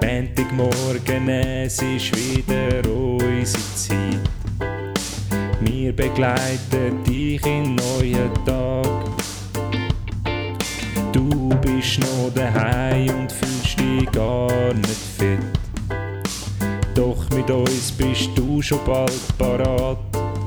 Montagmorgen, es ist wieder unsere Zeit. Wir begleiten dich in neuen Tag. Du bist noch daheim und fühlst dich gar nicht fit. Doch mit uns bist du schon bald parat.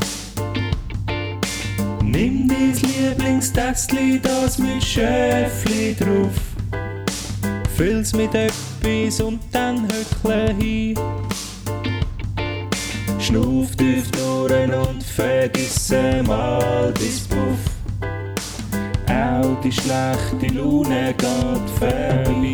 Nimm dein Lieblingstässchen, das mit Schäfli drauf. Füll's mit etwas und dann höckle hin. Schnuff tief durch und vergiss mal bis Puff. Auch die schlechte Laune geht vorbei.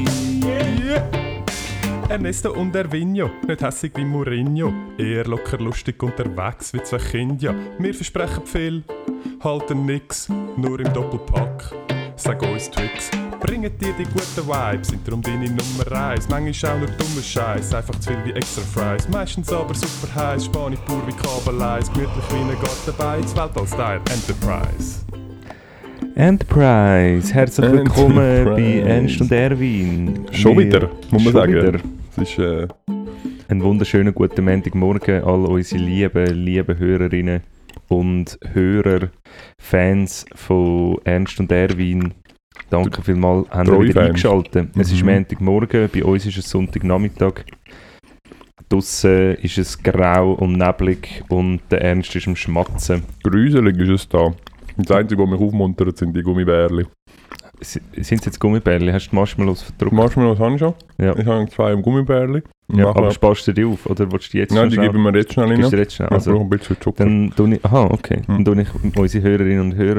Ernesto und Ervinho, nicht hässig wie Mourinho, eher locker lustig unterwegs wie zwei Kinder. Wir versprechen viel, halten nix, nur im Doppelpack. Sag uns Tricks, bringen dir die guten Vibes, sind darum deine Nummer 1. Manchmal auch nur dummer Scheiß, einfach zu viel wie extra Fries. Meistens aber super heiß, Spanisch pur wie Kabeleis, gemütlich wie ein Gartenbein, das Weltall-Style Enterprise. Enterprise, herzlich willkommen bei Ernst und Erwin. Schon wieder, muss man sagen. Wieder. Es ist Einen wunderschönen guten Montagmorgen all unsere lieben Hörerinnen und Hörer, Fans von Ernst und Erwin. Danke vielmals, haben wir wieder eingeschaltet. Es ist Montagmorgen, bei uns ist es Sonntagnachmittag. Draussen ist es grau und neblig und der Ernst ist am Schmatzen. gruselig ist es da. Das Einzige, was mich aufmuntert, sind die Gummibärli. Sind es jetzt Gummibärli? Hast du Marshmallows verdruckt? Marshmallows habe ich schon. Ja. Ich habe 2 im Gummibärli. Ja, aber sparst du die auf? Oder willst du die jetzt Nein, die schnell? geben wir jetzt schnell rein. Gibst du jetzt schnell? Also, ich brauche ein bisschen Zucker. Dann tue ich, dann tue ich unsere Hörerinnen und Hörer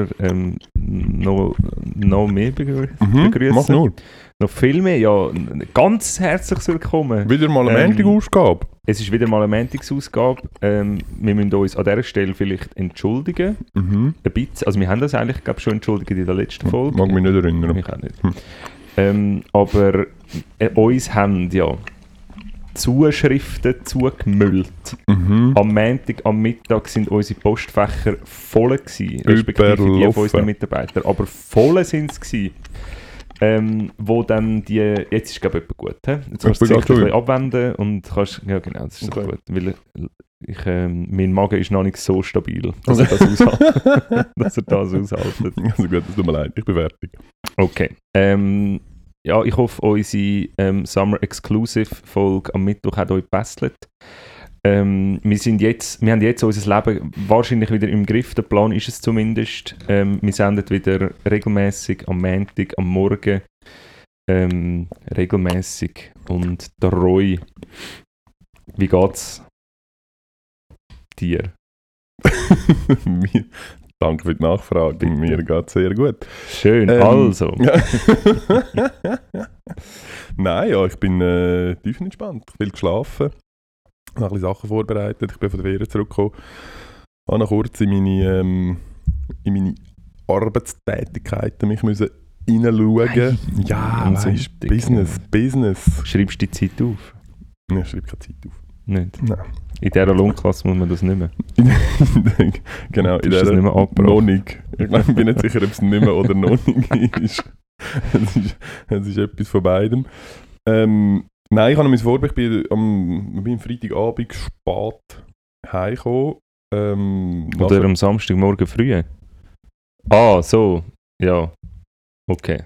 noch mehr begrüßen. Mach nur. Noch viel mehr, ja. Ganz herzlich willkommen. Wieder mal eine Montag-Ausgabe. Es ist wieder mal eine Montagsausgabe. Wir müssen uns an dieser Stelle vielleicht entschuldigen. Ein bisschen. Also wir haben das eigentlich, glaube ich, schon entschuldigt in der letzten Folge. Mag mich nicht erinnern. Ich auch nicht. Aber uns haben ja Zuschriften zugemüllt. Am Montag, am Mittag sind unsere Postfächer voll gewesen, respektive die von unseren Mitarbeitern. Aber voll sind es gewesen. Wo dann die... Jetzt ist glaube ich gut, he? Jetzt kannst du dich ein bisschen abwenden und kannst... Ja genau, das ist okay. Gut. Weil mein Magen ist noch nicht so stabil, dass er das aushält. Also gut, das tut mir leid, ich bin fertig. Okay. Ja, ich hoffe, unsere Summer Exclusive Folge am Mittwoch hat euch gebesselt. Wir haben jetzt unser Leben wahrscheinlich wieder im Griff. Der Plan ist es zumindest. Wir senden wieder regelmäßig am Montag, am Morgen. Regelmäßig. Und der Roy, wie geht's dir? Danke für die Nachfrage. Mir geht es sehr gut. Schön, also. Nein, ja, ich bin tiefenentspannt. Viel geschlafen. Ich habe ein bisschen Sachen vorbereitet. Ich bin von der Ferien zurückgekommen. Ich habe noch kurz in meine Arbeitstätigkeiten mich hineinschauen. Ja, weißt, Business. Schreibst du die Zeit auf? Nein, ich schreibe keine Zeit auf. Nicht? Nein. In dieser Lohnklasse muss man das nicht mehr. Genau, in dieser noch nicht. Ich bin nicht sicher, ob es nicht mehr oder noch nicht ist. Es ist etwas von beidem. Nein, ich habe mich vorbereitet. Ich bin am Freitagabend spät heimgekommen. Oder am Samstagmorgen früh? Ah, so. Ja. Okay.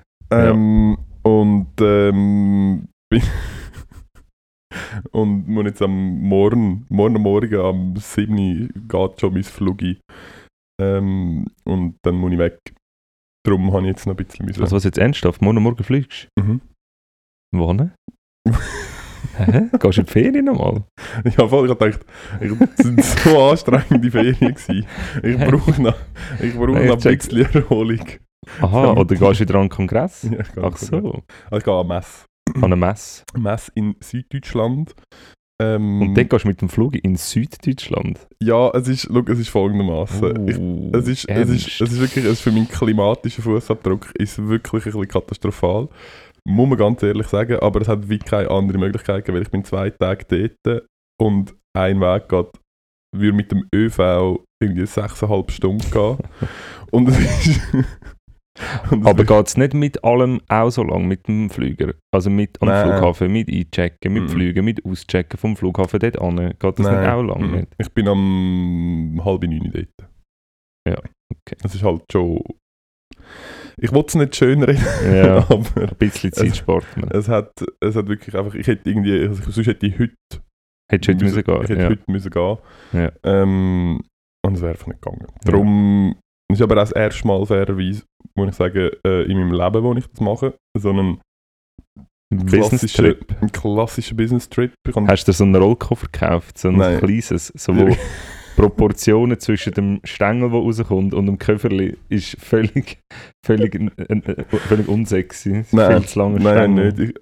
Und muss jetzt morgen am 7 Uhr geht schon mein Flug ein. Und dann muss ich weg. Darum habe ich jetzt noch ein bisschen... Also was jetzt ernsthaft? Morgen fliegst du? Wohin? Hä? Gehst du in die Ferien nochmal? Ja, voll. Ich habe gedacht, es waren so anstrengende Ferien gewesen. Ich brauche noch ein bisschen Erholung. Aha, oder gehst du wieder an den Kongress? Ja, ach so. Also ich gehe an Messe. An eine Messe? Messe in Süddeutschland. Und dann gehst du mit dem Flug in Süddeutschland? Ja, es ist folgendermaßen. Es ist wirklich, für meinen klimatischen Fußabdruck ist wirklich ein bisschen katastrophal. Muss man ganz ehrlich sagen, aber es hat wie keine andere Möglichkeit gegeben, weil ich bin 2 Tage dort und ein Weg geht, würde mit dem ÖV irgendwie 6,5 Stunden gehen. Und es ist Aber geht es nicht mit allem auch so lang, mit dem Flüger? Also mit am Flughafen, mit Einchecken, mit Flügen, mit Auschecken vom Flughafen dort an? Geht das nicht auch lang? Nicht? Ich bin am 8:30 dort. Ja, okay. Das ist halt schon... Ich will es nicht schön reden, ja, aber... ein bisschen Zeit spart man. Es hat wirklich einfach... Ich hätte irgendwie... Sonst hätte ich heute... Hättest du heute müssen gehen? Ich hätte heute müssen gehen. Ja. Und es wäre einfach nicht gegangen. Darum... Es ist aber auch das erste Mal fairerweise, muss ich sagen, in meinem Leben, wo ich das mache. So einen klassischen Business-Trip. Hast du so einen Rollkoffer gekauft? So ein kleines, so wo Proportionen zwischen dem Stängel, der rauskommt, und dem Köfferli ist völlig unsexy. Viel zu langer Stängel. Nein, nicht.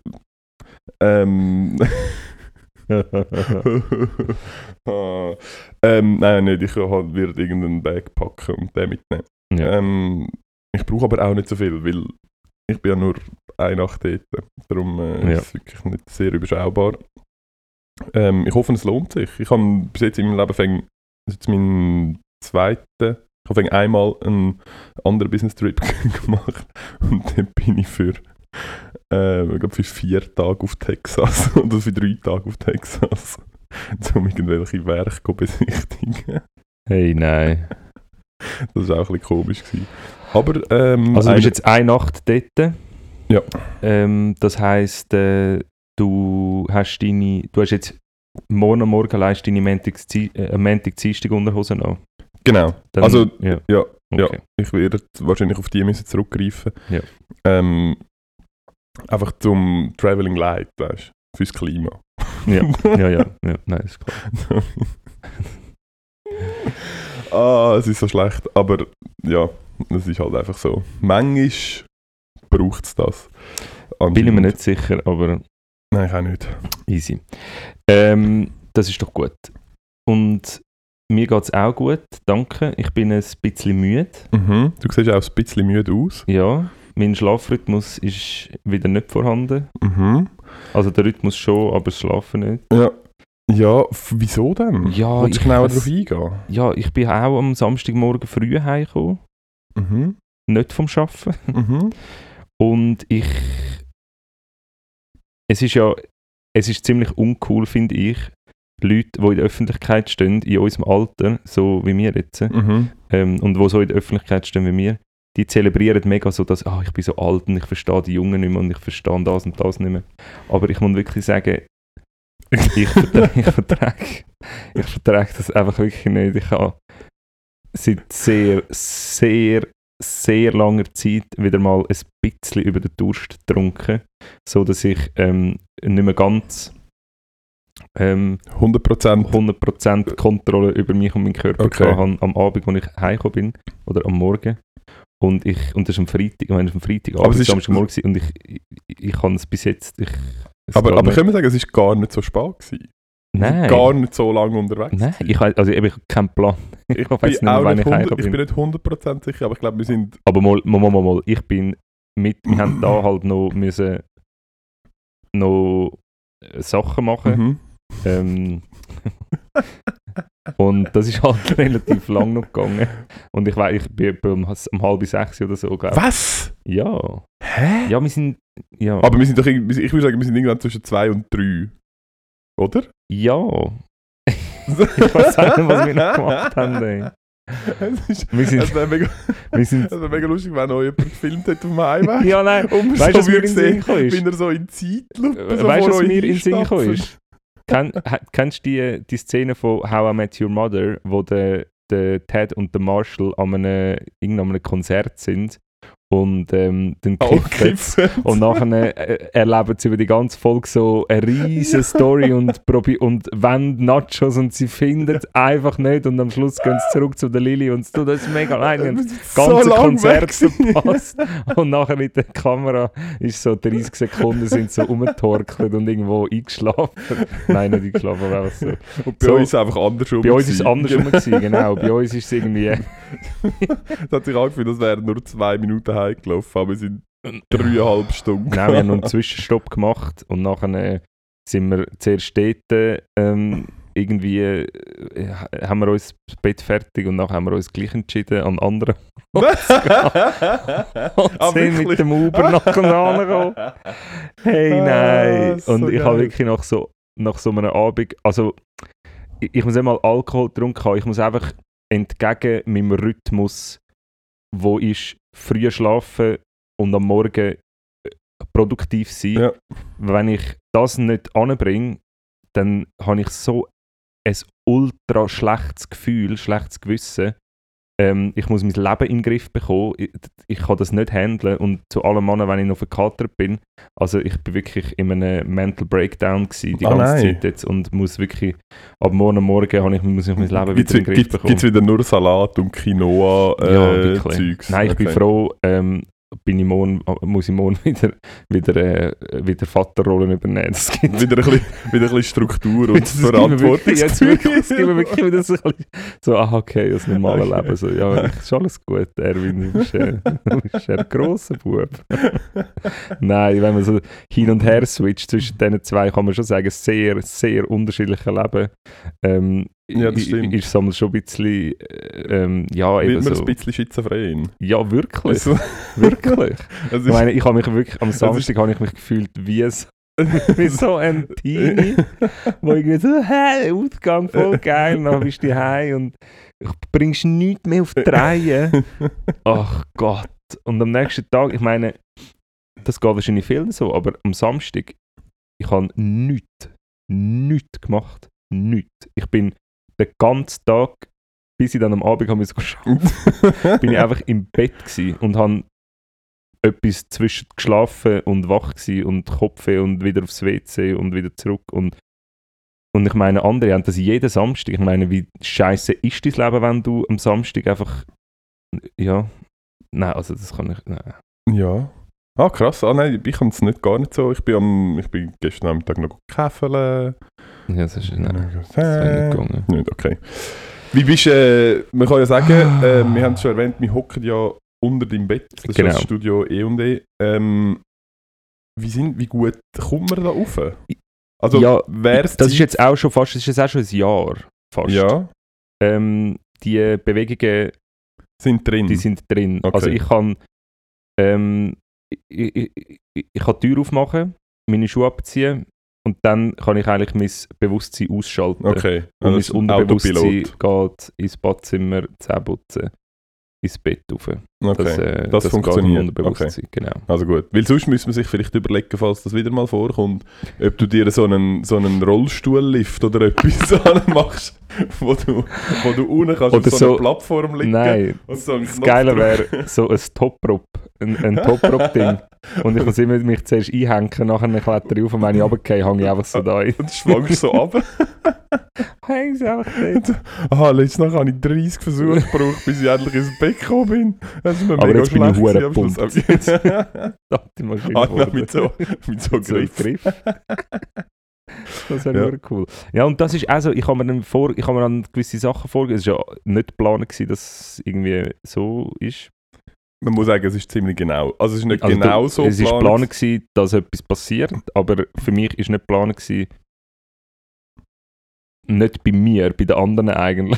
Nein, nicht. Ich werde irgendeinen Bag packen und den mitnehmen. Ja. Ich brauche aber auch nicht so viel, weil ich bin ja nur eine Nacht dort. Darum ist es wirklich nicht sehr überschaubar. Ich hoffe, es lohnt sich. Ich habe bis jetzt in meinem Leben meinen zweiten, ich habe einmal einen anderen Business-Trip gemacht und dann bin ich für 4 Tage auf Texas oder für 3 Tage auf Texas, um irgendwelche Werke besichtigen. Hey, nein. Das war auch ein bisschen komisch gewesen. Aber, also du bist jetzt eine Nacht dort. Ja. Das heisst, du hast jetzt morgen allein deine Montag-Dienstag Unterhose an. Genau. Dann, also, ja. Okay. Ich werde wahrscheinlich auf die müssen zurückgreifen. Ja. Einfach zum Traveling Light, weißt du, fürs Klima. Ja, nein, ist klar. Es ist so schlecht, aber ja, es ist halt einfach so. Manchmal braucht es das. Bin ich mir nicht sicher, aber... Nein, ich auch nicht. Easy. Das ist doch gut. Und mir geht es auch gut, danke. Ich bin ein bisschen müde. Mhm. Du siehst auch ein bisschen müde aus. Ja, mein Schlafrhythmus ist wieder nicht vorhanden. Mhm. Also der Rhythmus schon, aber das Schlafen nicht. Ja, wieso denn? Ja, willst du genauer darauf eingehen? Ja, ich bin auch am Samstagmorgen früh heimgekommen. Mhm. Nicht vom Arbeiten. Mhm. Und es ist ziemlich uncool, finde ich, Leute, die in der Öffentlichkeit stehen, in unserem Alter, so wie wir jetzt, und die so in der Öffentlichkeit stehen wie wir, die zelebrieren mega so, dass ich bin so alt und ich verstehe die Jungen nicht mehr und ich verstehe das und das nicht mehr. Aber ich muss wirklich sagen, ich vertrage das einfach wirklich nicht. Ich habe seit sehr, sehr, sehr langer Zeit wieder mal ein bisschen über den Durst getrunken, so dass ich nicht mehr ganz 100% Kontrolle über mich und meinen Körper hatte am Abend, als ich heimgekommen bin, oder am Morgen. Und das war am Freitagabend, Samstagmorgen, und ich kann es bis jetzt... Aber können wir sagen, es war gar nicht so spät gewesen? Nein. Gar nicht so lange unterwegs. Nein, ich habe keinen Plan. Ich bin nicht 100% sicher, aber ich glaube, wir sind... Aber mal, wir haben da halt noch Sachen machen. Und das ist halt relativ lang noch gegangen. Und ich bin um 5:30 oder so, glaube ich. Was? Ja. Hä? Ja, wir sind... Ja. Aber wir sind doch ich würde sagen, wir sind irgendwann zwischen 2 und 3. Oder? Ja. Ich weiß auch nicht, was wir noch gemacht haben, ey. Es wäre mega lustig, wenn noch jemand gefilmt hat auf dem Highway. Ja, nein. Weißt du, was mir in den Sinn gekommen ist? Wenn er so in Zeitlupe so weißt du, was mir in den Sinn gekommen ist? Kennst du die Szene von How I Met Your Mother, wo der Ted und der Marshall an irgendeinem Konzert sind und dann kiffen und nachher erleben sie über die ganze Folge so eine riesige Story und wollen Nachos und sie finden es einfach nicht und am Schluss gehen sie zurück zu der Lilly und das ist mega leid und das ganze so Konzert verpasst und nachher mit der Kamera ist so 30 Sekunden sind so rumgetorkelt und irgendwo eingeschlafen. Nein, nicht eingeschlafen, aber einfach so. Und bei uns einfach andersrum. Bei uns ist es andersrum gewesen, genau. Bei uns ist es irgendwie... Es hat sich angefühlt, als wären nur 2 Minuten heimgelaufen, aber wir sind 3,5 Stunden. Nein, wir haben noch einen Zwischenstopp gemacht und nachher sind wir zuerst dort irgendwie haben wir uns das Bett fertig und nachher haben wir uns gleich entschieden, an anderen Ort zu gehen. Und sind mit dem Uber nachher gekommen. Hey, nein. so Und ich habe geil. wirklich nach so einem Abend, also ich muss nicht mal Alkohol getrunken haben, ich muss einfach entgegen meinem Rhythmus, wo ist früh schlafen und am Morgen produktiv sein. Ja. Wenn ich das nicht anbringe, dann habe ich so ein ultra schlechtes Gefühl, schlechtes Gewissen. Ich muss mein Leben in den Griff bekommen. Ich kann das nicht handeln. Und zu allem Mann, wenn ich noch verkatert bin, also ich bin wirklich in einem Mental Breakdown gewesen, die ganze Zeit jetzt und muss wirklich, ab morgen muss ich mein Leben wieder in den Griff bekommen. Gibt es wieder nur Salat und Quinoa-Zeugs? Nein, ich bin froh, muss ich morgen wieder Vaterrollen übernehmen. Das gibt wieder ein bisschen Struktur und Verantwortung. Jetzt wirklich, es gibt mir wirklich wieder so ein bisschen so, okay, das normale Leben. So, ja, ist alles gut, Erwin, du bist ein grosser Bub. Nein, wenn man so hin und her switcht zwischen diesen zwei, kann man schon sagen, sehr, sehr unterschiedliche Leben. Ja, das stimmt. Ist es schon ein bisschen, ja, eben wird man so. ein bisschen schizophren? Ja, wirklich. Also, wirklich. Ich meine, ich habe mich wirklich, am Samstag habe ich mich gefühlt wie so ein Teenie, wo irgendwie so, hey, Ausgang, voll geil, und dann bist du heim und bringst nichts mehr auf die Reihe. Ach Gott. Und am nächsten Tag, ich meine, das geht wahrscheinlich vielen so, aber am Samstag, ich habe nichts gemacht. Nichts. Ich bin den ganzen Tag, bis ich dann am Abend habe arbeiten, bin ich einfach im Bett gewesen und habe etwas zwischen geschlafen und wach gewesen und Kopfweh und wieder aufs WC und wieder zurück und ich meine, andere haben das jeden Samstag. Ich meine, wie scheiße ist dein Leben, wenn du am Samstag einfach, ja, nein, also das kann ich, nein. Ja. Ah, krass. Ah, nein, ich kann es gar nicht so. Ich bin gestern Abend noch gekäfeln. Ja, das ist nicht gegangen. Nicht, okay. Wie bist du, man kann ja sagen, wir haben es schon erwähnt, wir hocken ja unter deinem Bett. Das ist das Studio E&E. Wie gut kommt man da rauf? Also, ja, das ist jetzt auch schon fast, das ist jetzt auch schon ein Jahr fast. Ja. Die Bewegungen sind drin. Die sind drin. Okay. Also ich kann ich kann die Tür aufmachen, meine Schuhe abziehen und dann kann ich eigentlich mein Bewusstsein ausschalten. Okay. Und mein Unterbewusstsein geht ins Badzimmer, Zähne putzen, ins Bett rauf. Okay. Das funktioniert. Unterbewusstsein, genau. Also gut. Weil sonst müsste man sich vielleicht überlegen, falls das wieder mal vorkommt, ob du dir so einen Rollstuhllift oder etwas machst, wo du unten kannst oder auf so einer Plattform liegen. Nein, und so das Geile wäre so ein Top-Rope, ein Top-Rope-Ding. Und ich muss immer mich zuerst einhängen, nachher kletter ich auf und wenn ich runtergehe, hänge ich einfach so da ein. Und schwankst so runter. Häng es einfach dort. Aha, letztes Mal habe ich 30 Versuche gebraucht, bis ich endlich ins Bett gekommen bin. Das ist mir aber mega jetzt bin ich schlecht verdammt pumpt. mit so Griff. Das wäre nur cool. Ja, und das ist also, ich habe mir dann gewisse Sachen vorgegeben. Es war ja nicht geplant, dass es irgendwie so ist. Man muss sagen, es ist ziemlich genau. Also es ist nicht genau so geplant. Es war geplant, dass etwas passiert, aber für mich war nicht geplant, nicht bei mir, bei den anderen eigentlich.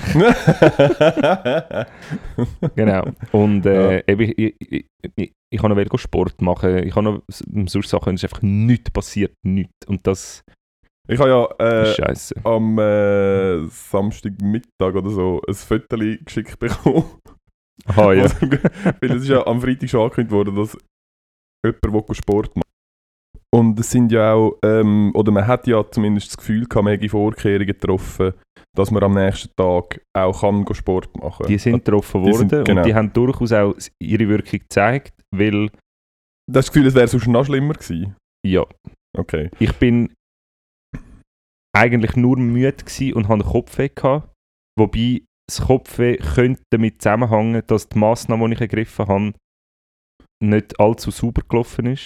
Genau. Und ich kann noch Sport machen, ich kann noch sonst Sachen, es ist einfach nichts passiert, nichts. Und das ich habe ja Scheiße. Am Samstagmittag oder so ein Foto geschickt bekommen. Aha, ja. Weil es ist ja am Freitag schon angekündigt worden, dass jemand Sport macht. Und es sind ja auch, oder man hat ja zumindest das Gefühl gehabt, man hätte Vorkehrungen getroffen, dass man am nächsten Tag auch kann Sport machen kann. Die sind getroffen worden und die haben durchaus auch ihre Wirkung gezeigt, weil... Das Gefühl, es wäre sonst noch schlimmer gewesen? Ja. Okay. Ich bin eigentlich nur müde gewesen und hatte Kopfweh gehabt, wobei das Kopfweh könnte damit zusammenhängen, dass die Massnahme, die ich ergriffen habe, nicht allzu sauber gelaufen ist.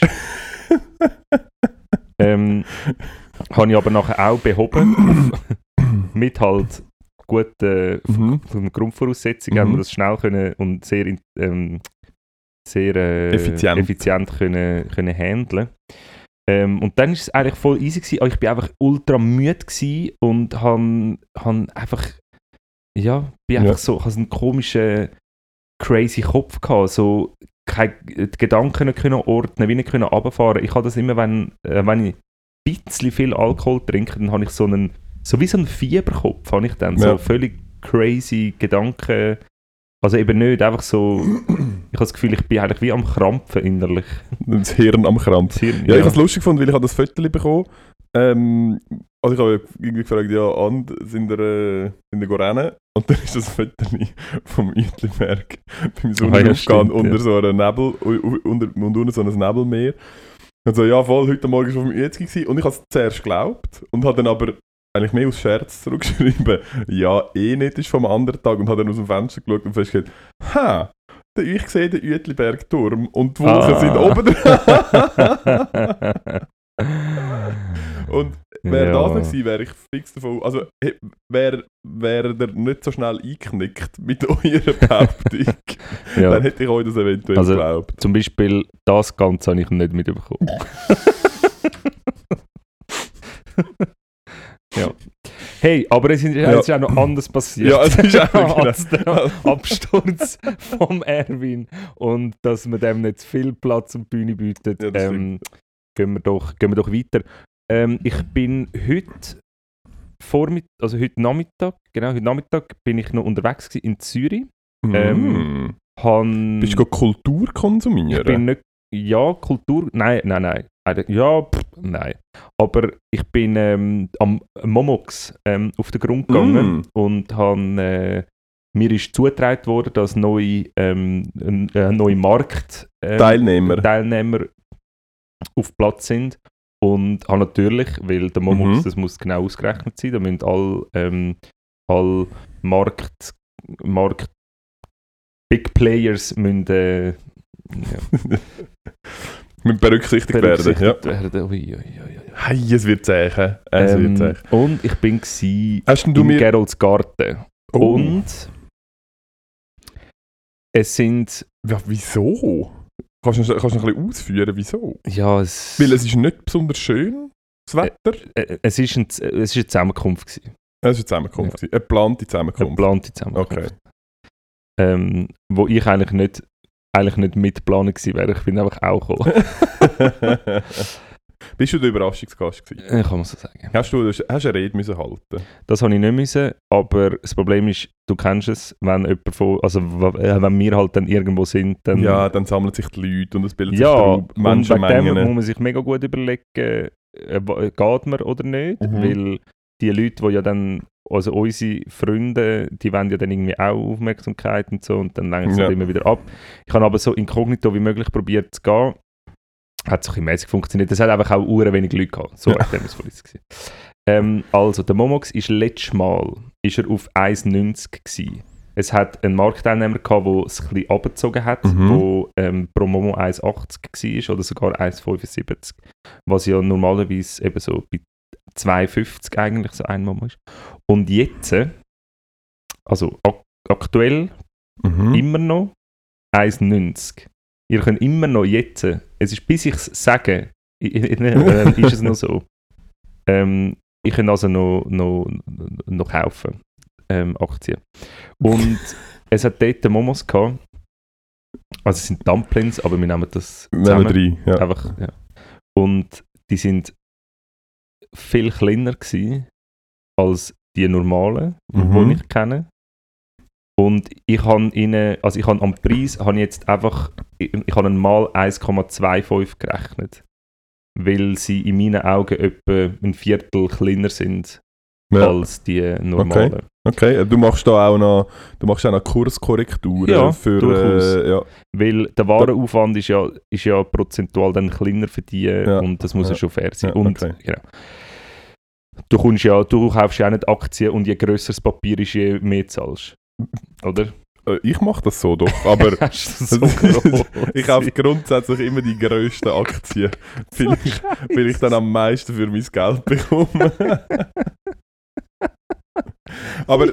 Habe ich aber nachher auch behoben. Mit halt guten Grundvoraussetzungen haben wir das schnell können und sehr effizient können handeln. Und dann war es eigentlich voll easy gewesen, aber ich war einfach ultra müde gewesen und han einfach, ja, bin einfach so, ich hatte so einen komischen, crazy Kopf gehabt, so die Gedanken nicht können ordnen, wie nicht können runterfahren. Ich habe das immer, wenn ich ein bisschen viel Alkohol trinke, dann habe ich so wie so einen Fieberkopf, habe ich dann, so völlig crazy Gedanken. Also eben nicht, einfach so, ich habe das Gefühl, ich bin eigentlich wie am Krampfen innerlich. Das Hirn am Krampfen. Ja, ich habe es lustig gefunden, weil ich das Foto bekommen habe. Also ich habe irgendwie gefragt, ja, And, sind ihr rennen? Und dann ist das Foto vom Uetliberg beim Sonnenaufgang unter so einem Nebel, unter so einem Nebelmeer. Und so, ja voll, heute Morgen war ich auf dem Uetli gewesen. Und ich habe es zuerst geglaubt und habe dann aber eigentlich mehr aus Scherz zurückgeschrieben, ja, nicht, ist vom anderen Tag, und habe dann aus dem Fenster geschaut und festgestellt, ich sehe den Uetliberg-Turm und die Wolken sind oben dran. Und wäre das nicht gewesen, wäre ich fix davon, also wäre der nicht so schnell eingeknickt mit eurer Behauptung, dann hätte ich euch das eventuell geglaubt. Zum Beispiel das Ganze habe ich nicht mitbekommen. Ja. Hey, aber es ist auch noch anders passiert. Ja, es ist auch als der Absturz vom Erwin und dass man dem nicht zu viel Platz und Bühne bietet. Ja, gehen wir doch weiter. Ich bin heute Nachmittag bin ich noch unterwegs gewesen in Zürich. Bist du Kultur konsumieren? Ich bin nicht, Kultur, nein. Nein. Aber ich bin am Momox auf den Grund gegangen und mir ist zugetragen worden, dass neue Marktteilnehmer auf Platz sind. Und habe natürlich, weil der Momox, das muss genau ausgerechnet sein, da müssen alle Markt Big Players müssen berücksichtigt werden. Ja. Ui. Hey, es wird zäh. Und ich bin in Geroldsgarten. Oh. Und es sind... Ja, wieso? Kannst du noch ein bisschen ausführen, wieso? Ja, weil es ist nicht besonders schön, das Wetter. Es ist eine Zusammenkunft gewesen. Es ist eine Zusammenkunft. Ja. Eine geplante Zusammenkunft. Okay. Wo ich eigentlich nicht mitplanen gewesen wäre. Ich bin einfach auch gekommen. Bist du der Überraschungsgast gewesen? Kann man so sagen. Hast du eine Rede müssen halten? Das habe ich nicht müssen, aber das Problem ist, du kennst es, wenn wenn wir halt dann irgendwo sind, dann... Ja, dann sammeln sich die Leute und es bildet sich Menschenmengen. Und wegen dem muss man sich mega gut überlegen, geht man oder nicht, weil die Leute, die ja dann, also unsere Freunde, die wollen ja dann irgendwie auch Aufmerksamkeit und so und dann lenken sie immer wieder ab. Ich habe aber so inkognito wie möglich probiert zu gehen. Hat so ein bisschen mäßig funktioniert. Das hat einfach auch wenig Leute gehabt. So war es vorhin. Also, der Momox ist letztes Mal auf 1,90 gewesen. Es hat einen Marktteilnehmer gehabt, der es ein bisschen abgezogen hat, wo pro Momo 1,80 war oder sogar 1,75. Was ja normalerweise eben so bei 2,50 eigentlich so ein Momo ist. Und jetzt, also aktuell, immer noch 1,90. Ihr könnt immer noch jetzt, es ist bis ich es sage, ist es noch so. Ich kann also noch kaufen, Aktien. Und es hat dort Momos gehabt, also es sind Dumplings, aber wir nehmen das zusammen. Rein, ja. Einfach, ja. Und die sind viel kleiner gewesen als die normalen, die ich kenne. Und ich habe am Preis jetzt einfach, ich habe mal 1,25 gerechnet. Weil sie in meinen Augen etwa ein Viertel kleiner sind als die normalen. Okay, du machst auch noch Kurskorrekturen für durchaus. Weil der Warenaufwand ist ja prozentual dann kleiner für die und das muss ja schon fair sein. Und genau. Du kaufst ja auch nicht Aktien und je grösser das Papier ist, je mehr zahlst. Oder? Ich mache das so doch, aber ich kaufe grundsätzlich immer die grössten Aktien, weil ich dann am meisten für mein Geld bekomme. Aber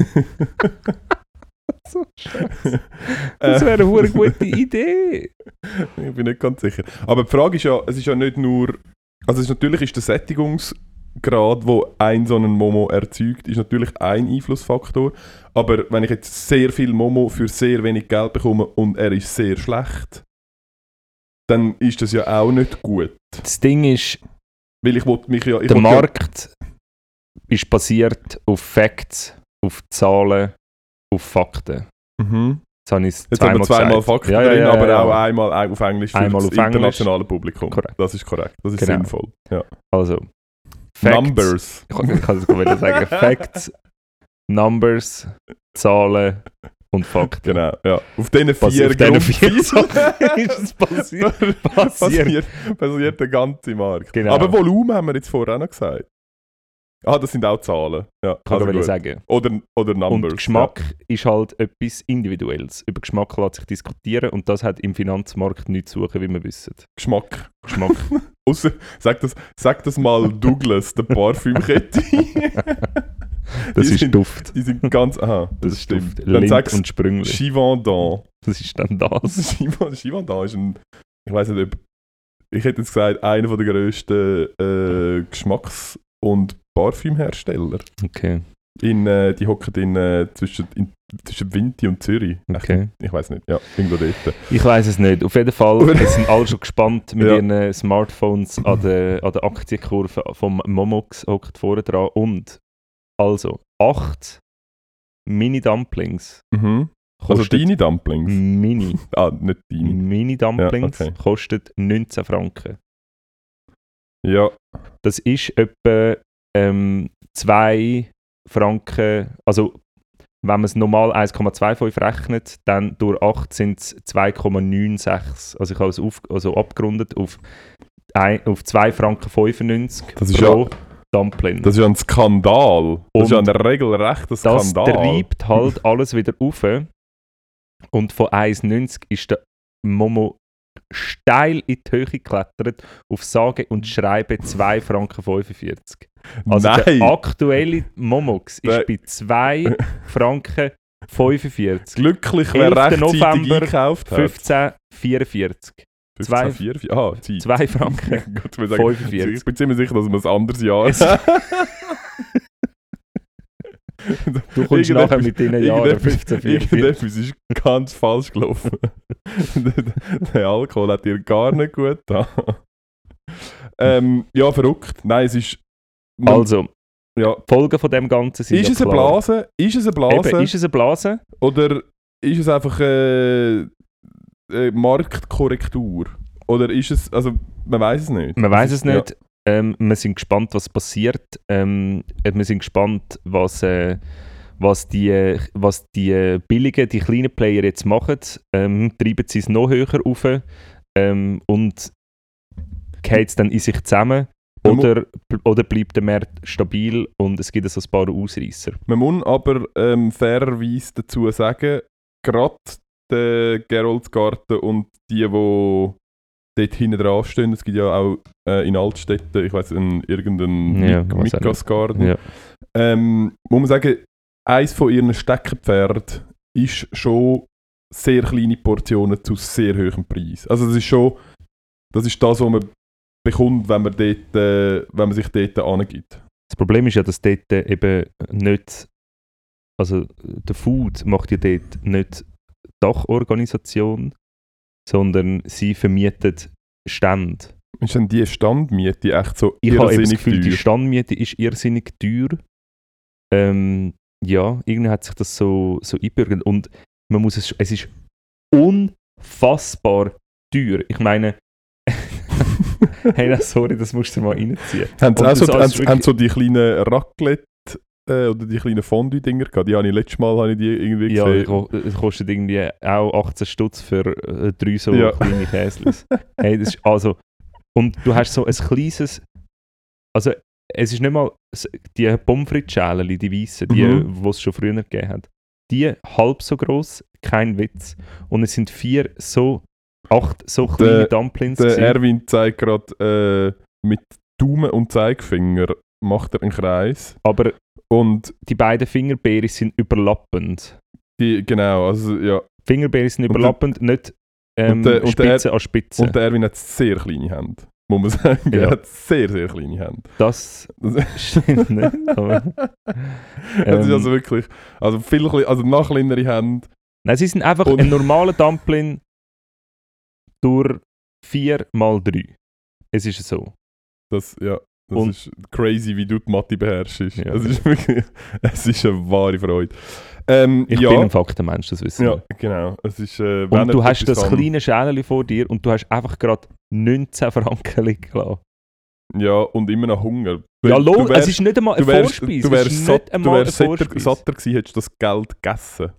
so scheiße. Das wäre eine gute Idee. Ich bin nicht ganz sicher. Aber die Frage ist ja, es ist ja nicht nur Also natürlich ist der Sättigungsgrad, wo ein so einen Momo erzeugt, ist natürlich ein Einflussfaktor. Aber wenn ich jetzt sehr viel Momo für sehr wenig Geld bekomme und er ist sehr schlecht, dann ist das ja auch nicht gut. Das Ding ist, Weil ich will mich ja... der Markt ist basiert auf Facts, auf Zahlen, auf Fakten. Mhm. Jetzt habe ich es Jetzt haben wir zweimal Fakten drin, aber auch einmal auf Englisch für Einmal das auf Englisch. internationale Publikum. Korrekt. Das ist korrekt, das ist Genau. sinnvoll. Ja. Also, Facts, Numbers. Ich kann es wieder sagen. Facts, Numbers, Zahlen und Fakten. Genau, ja. Auf diesen Auf 4 diesen 4 Grundpfeilern ist es passiert. basiert der ganze Markt. Genau. Aber Volumen haben wir jetzt vorher auch noch gesagt. Das sind auch Zahlen. Ja, Kann ich gut. sagen. Oder Numbers. Und Geschmack ist halt etwas Individuelles. Über Geschmack lässt sich diskutieren und das hat im Finanzmarkt nichts zu suchen, wie wir wissen. Geschmack. Geschmack. Sag das mal Douglas, der Parfümkette. Das ist Duft. Die sind ganz... Aha, Das stimmt. Duft. Dann Lind sagst und Sprüngli. Chivandant. Das ist dann das. Chivandant ist ein... Ich weiß nicht, ob... Ich hätte jetzt gesagt, einer der grössten Geschmacks- und Parfümhersteller. Okay. Die hocken zwischen Vinti und Zürich. Okay. Ich weiß nicht, ja, irgendwo dort. Ich weiß es nicht. Auf jeden Fall wir sind alle schon gespannt mit Ja. ihren Smartphones an der Aktienkurve vom Momox hockt vorne dran. Und also 8 Mini-Dumplings. Mhm. Also Kostet deine Dumplings? Mini. Nicht deine. Mini-Dumplings Ja, okay. kostet 19 Franken. Ja. Das ist etwa 2 Franken, also wenn man es normal 1,25 rechnet, dann durch 8 sind es 2,96. Also ich habe es abgerundet auf 2,95 Franken Das ist pro Dumpling. Das ist ja ein Skandal. Das ist ja Und ein regelrechter das Skandal. treibt halt alles wieder rauf. Und von 1,90 ist der Momo steil in die Höhe geklettert, auf sage und schreibe 2,45 Franken. Also Nein! der aktuelle Momox ist bei 2,45 Franken. Glücklich, wer 11. rechtzeitig November, eingekauft hat. 15,44. 15,44? Ah, Zeit. 2 Franken. Gut, ich will sagen, 45. ich bin ziemlich sicher, dass wir ein anderes Jahr Es- Du kommst nachher mit deinen Jahren 15,44. Irgendetwas ist ganz falsch gelaufen. Der Alkohol hat dir gar nicht gut getan. Ja, verrückt. Nein, es ist... Also, ja. die Folgen von dem Ganzen sind Ist es eine klar. Blase? Ist es eine Blase? Eben, ist es eine Blase? Oder ist es einfach eine Marktkorrektur? Oder ist es... Also, man weiß es nicht. Man weiß es Ja. nicht. Wir sind gespannt, was passiert. Wir sind gespannt, was die billigen, die kleinen Player jetzt machen. Treiben sie es noch höher rauf und geht es dann in sich zusammen? Oder bleibt der Markt stabil und es gibt so ein paar Ausreißer? Man muss aber fairerweise dazu sagen, gerade der Geroldsgarten und die dort hinten dran stehen, es gibt ja auch in Altstädten, ich weiss, irgendeinen Mikasgarten. Ja. Muss man sagen, eins von ihren Steckenpferden ist schon sehr kleine Portionen zu sehr hohem Preis. Also das ist das, was man bekommt, wenn man sich dort angibt. Das Problem ist ja, dass dort eben nicht, also der Food macht ja dort nicht Dachorganisation, sondern sie vermietet Stände. Ist denn die Standmiete echt so Ich habe eben das irrsinnig Gefühl, die teuer? Standmiete ist irrsinnig teuer. Ja, irgendwie hat sich das so eingebürgert und man muss es ist unfassbar teuer. Ich meine, hey, sorry, das musst du mal reinziehen. Haben so die kleinen Raclette oder die kleinen Fondue-Dinger gehabt? Letztes Mal die irgendwie Ja, gesehen. es kostet irgendwie auch 18 Stutz für 3 so Ja. kleine Käslis. Hey, das ist also... Und du hast so ein kleines... Also, es ist nicht mal... Die Pommes frites-Schälchen, die weissen, die es schon früher gegeben hat, die halb so gross, kein Witz. Und es sind 8 so kleine Dumplings Der gewesen. Erwin zeigt gerade mit Daumen und Zeigefinger macht er einen Kreis. Aber Und die beiden Fingerbeere sind überlappend. genau, also ja. Fingerbeere sind Und überlappend, nicht und der Spitze an Spitze. Und der Erwin hat sehr kleine Hände. muss man sagen. Ja. Er hat sehr, sehr kleine Hände. Das stimmt nicht, aber... Es ist also wirklich, also noch kleinere Hände. Nein, sie sind einfach ein normaler Dumpling durch 4x3. Es ist so. Das ist crazy, wie du die Mathe beherrschst. Ja. Es ist wirklich, es ist eine wahre Freude. Ich bin ein Faktenmensch, das wissen wir. Ja, genau. Es ist, und du hast das kleine Schälchen vor dir und du hast einfach gerade 19 Franken liegen lassen. Ja, und immer noch Hunger. Ja, es ist nicht einmal eine Vorspeise. Du wärst satter gewesen, hättest du das Geld gegessen.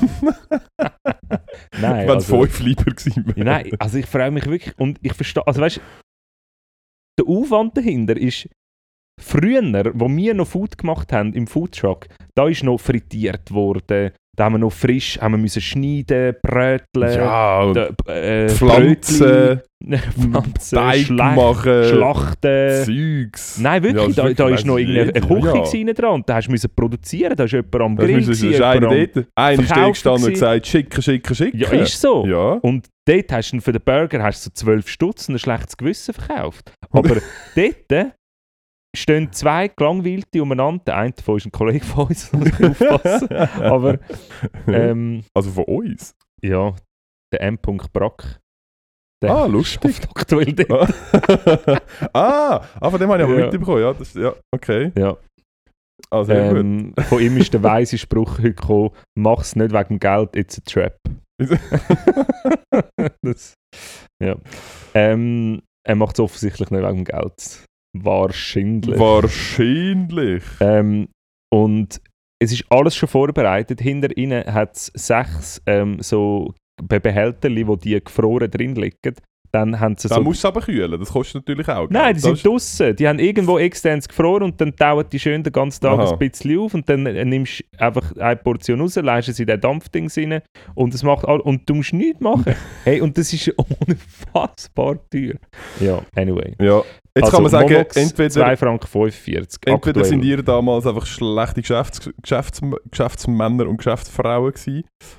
Nein. Wenn es 5 lieber gewesen wäre. Ja, nein, also ich freue mich wirklich. Und ich verstehe, also weißt du, der Aufwand dahinter ist, früher, wo wir noch Food gemacht haben im Foodtruck, da ist noch frittiert worden. Da haben wir noch frisch müssen schneiden, bröteln, ja, Pflanzen, Teig machen, schlachten. Zeugs. Nein, wirklich, ja, da ist noch irgendeine Küche dran und da hast du produzieren, da ist jemand am Grill einer ist da gestanden und gesagt, schicken. Ja, ist so. Ja. Und dort hast du für den Burger so 12 Stutz und ein schlechtes Gewissen verkauft. Aber dort stehen 2 Gelangweilte umeinander. Der eine davon ist ein Kollege von uns, da muss ich aufpassen. Aber, also von uns? Ja, der M. Brack. Lustig. Aktuell dort. Von dem habe ich aber mitbekommen. Ja, okay. Ja. Also, von ihm ist der weise Spruch heute gekommen, mach's nicht wegen dem Geld, it's a trap. Ja. Er macht es offensichtlich nicht wegen dem Geld. Wahrscheinlich. Und es ist alles schon vorbereitet. Hinter ihnen hat es 6 so Behälterchen, wo die gefroren drin liegen. Dann haben sie musst du aber kühlen, das kostet natürlich auch. Nein, die sind draussen. Die haben irgendwo extern gefroren und dann tauen die schön den ganzen Tag ein bisschen auf und dann nimmst du einfach eine Portion raus, leistest sie in den Dampfding rein und es macht und du musst nichts machen. Hey, und das ist unfassbar teuer. Ja, anyway. Ja. Jetzt kann man sagen, Momox, entweder 2,45 Franken. Entweder sind ihr damals einfach schlechte Geschäftsmänner und Geschäftsfrauen gewesen.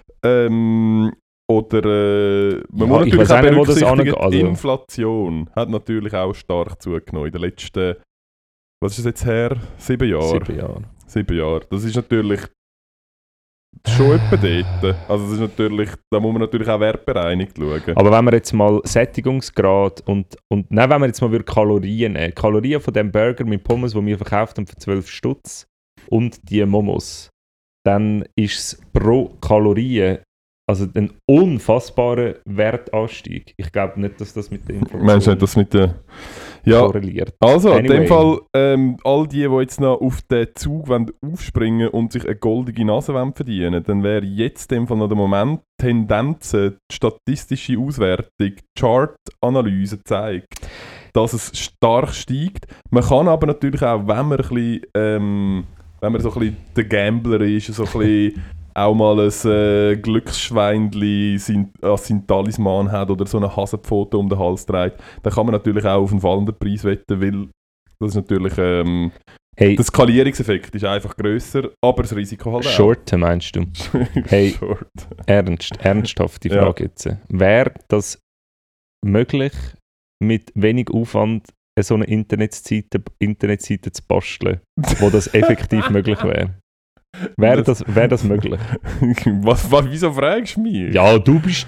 Oder man muss natürlich auch berücksichtigen, die Inflation hat natürlich auch stark zugenommen in den letzten, was ist das jetzt her? 7 Jahre. 7 Jahre. Das ist natürlich schon etwa dort. Also das ist natürlich, da muss man natürlich auch wertbereinigt schauen. Aber wenn wir jetzt mal Sättigungsgrad und nein, wenn wir jetzt mal Kalorien nehmen, Kalorien von dem Burger mit Pommes, die wir verkauft haben für 12 Stutz und die Momos, dann ist es pro Kalorie also ein unfassbarer Wertanstieg. Ich glaube nicht, dass das mit der Information Meinst du nicht, dass mit der korreliert? Also, in dem Fall, all die jetzt noch auf den Zug aufspringen und sich eine goldige Nase verdienen, dann wäre jetzt in dem Fall noch der Moment, Tendenzen, die statistische Auswertung, die Chart-Analyse zeigt, dass es stark steigt. Man kann aber natürlich auch, wenn man so ein bisschen der Gambler ist, so ein bisschen auch mal ein Glücksschweinchen als sein Talisman hat oder so eine Hasenpfote um den Hals trägt, dann kann man natürlich auch auf einen fallenden Preis wetten, weil das ist natürlich der Skalierungseffekt ist einfach grösser, aber das Risiko halt auch. Shorten meinst du? Hey, ernsthafte Frage jetzt. Wäre das möglich, mit wenig Aufwand so eine Internetseite zu basteln, wo das effektiv möglich wäre? Wäre das möglich? Wieso fragst du mich? Ja, du bist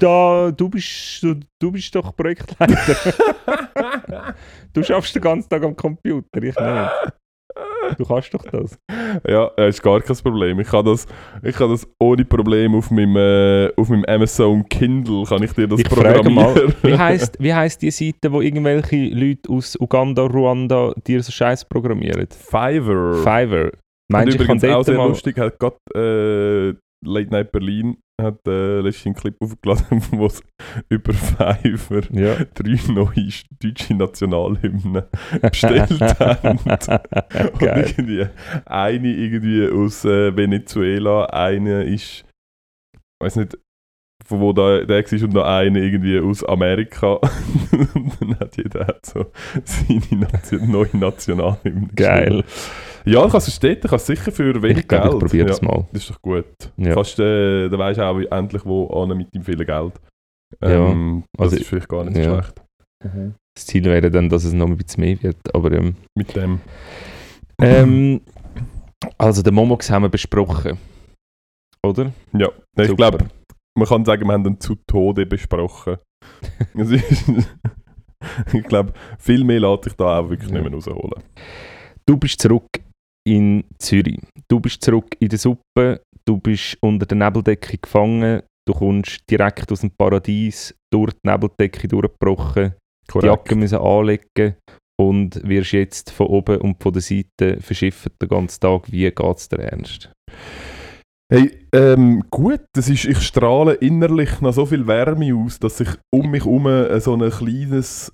doch Projektleiter. Du schaffst den ganzen Tag am Computer, ich nicht. Du kannst doch das. Ja, ist gar kein Problem. Ich kann das ohne Problem auf meinem Amazon Kindle kann ich dir das programmieren. Wie heisst die Seite, wo irgendwelche Leute aus Uganda, Ruanda dir so Scheiß programmieren? Fiverr. Meinst du, übrigens auch sehr lustig, hat gerade Late Night Berlin hat letztens einen Clip aufgeladen, wo es über Fiverr 3 neue deutsche Nationalhymnen bestellt haben. Und eine irgendwie aus Venezuela, eine ist, ich weiß nicht, von wo der war, und noch eine irgendwie aus Amerika. Und dann hat jeder so seine neue Nationalhymne geil. Ja, du kannst es stecken, kannst sicher für wenig Geld. Ich probiere das mal. Das ist doch gut. Ja. Da weisst du auch endlich, wo an mit dem vielen Geld. Das ist vielleicht gar nicht so schlecht. Das Ziel wäre dann, dass es noch ein bisschen mehr wird. Aber, Mit dem. Also den Momox haben wir besprochen. Oder? Ja, ich glaube, man kann sagen, wir haben ihn zu Tode besprochen. Ich glaube, viel mehr lässt sich da auch wirklich nicht mehr rausholen. Du bist zurück in Zürich. Du bist zurück in der Suppe. Du bist unter der Nebeldecke gefangen. Du kommst direkt aus dem Paradies, durch die Nebeldecke durchgebrochen. Korrekt. Die Jacke müssen anlegen und wirst jetzt von oben und von der Seite verschifft den ganzen Tag. Wie geht es dir ernst? Hey, gut, ich strahle innerlich noch so viel Wärme aus, dass sich um mich herum so ein kleines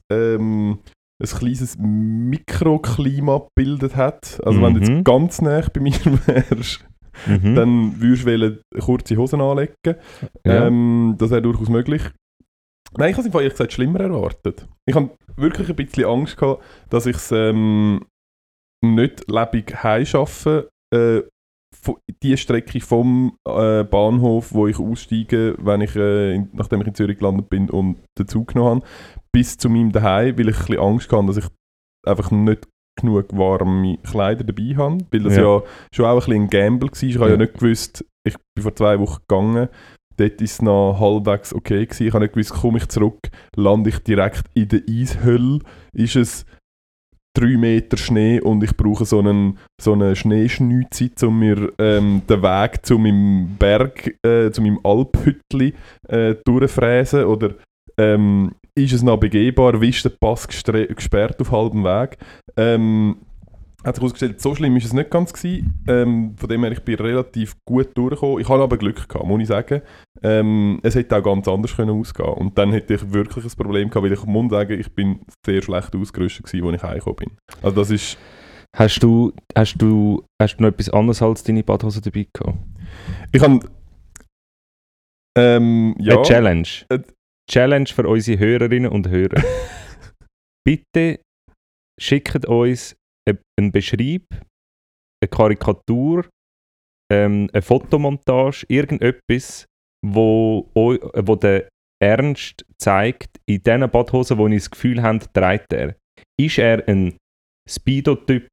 Mikroklima gebildet hat. Also wenn du jetzt ganz nah bei mir wärst, dann würdest du kurze Hosen anlegen. Ja. Das wäre durchaus möglich. Nein, ich habe es im Fall ehrlich gesagt schlimmer erwartet. Ich habe wirklich ein bisschen Angst gehabt, dass ich es nicht lebendig heimschaffe. Die Strecke vom Bahnhof, wo ich aussteige, wenn ich, nachdem ich in Zürich gelandet bin und den Zug genommen habe, bis zu meinem Daheim, weil ich ein bisschen Angst hatte, dass ich einfach nicht genug warme Kleider dabei habe, weil das ja schon auch ein bisschen ein Gamble war. Ich habe ja nicht gewusst, ich bin vor 2 Wochen gegangen, dort war es noch halbwegs okay gewesen. Ich habe nicht gewusst, komme ich zurück, lande ich direkt in der Eishölle, ist es 3 Meter Schnee und ich brauche so eine Schneeschneuze, um mir den Weg zu meinem Berg, zu meinem Alphüttli durchfräsen, oder ist es noch begehbar, wie ist der Pass gesperrt auf halbem Weg. Hat sich herausgestellt, so schlimm war es nicht ganz gewesen. Von dem her, ich bin relativ gut durchgekommen. Ich hatte aber Glück gehabt, muss ich sagen. Es hätte auch ganz anders können ausgehen. Und dann hätte ich wirklich ein Problem gehabt, weil ich muss sagen, ich bin sehr schlecht ausgerüstet gewesen, als ich heimgekommen bin. Also das ist... Hast du noch etwas anderes als deine Badhose dabei gehabt? Ich habe... ja. Eine Challenge. Challenge für unsere Hörerinnen und Hörer. Bitte schickt uns einen Beschreib, eine Karikatur, eine Fotomontage, irgendetwas, wo der Ernst zeigt, in diesen Badhosen, wo ich das Gefühl habe, trägt er. Ist er ein Speedo-Typ,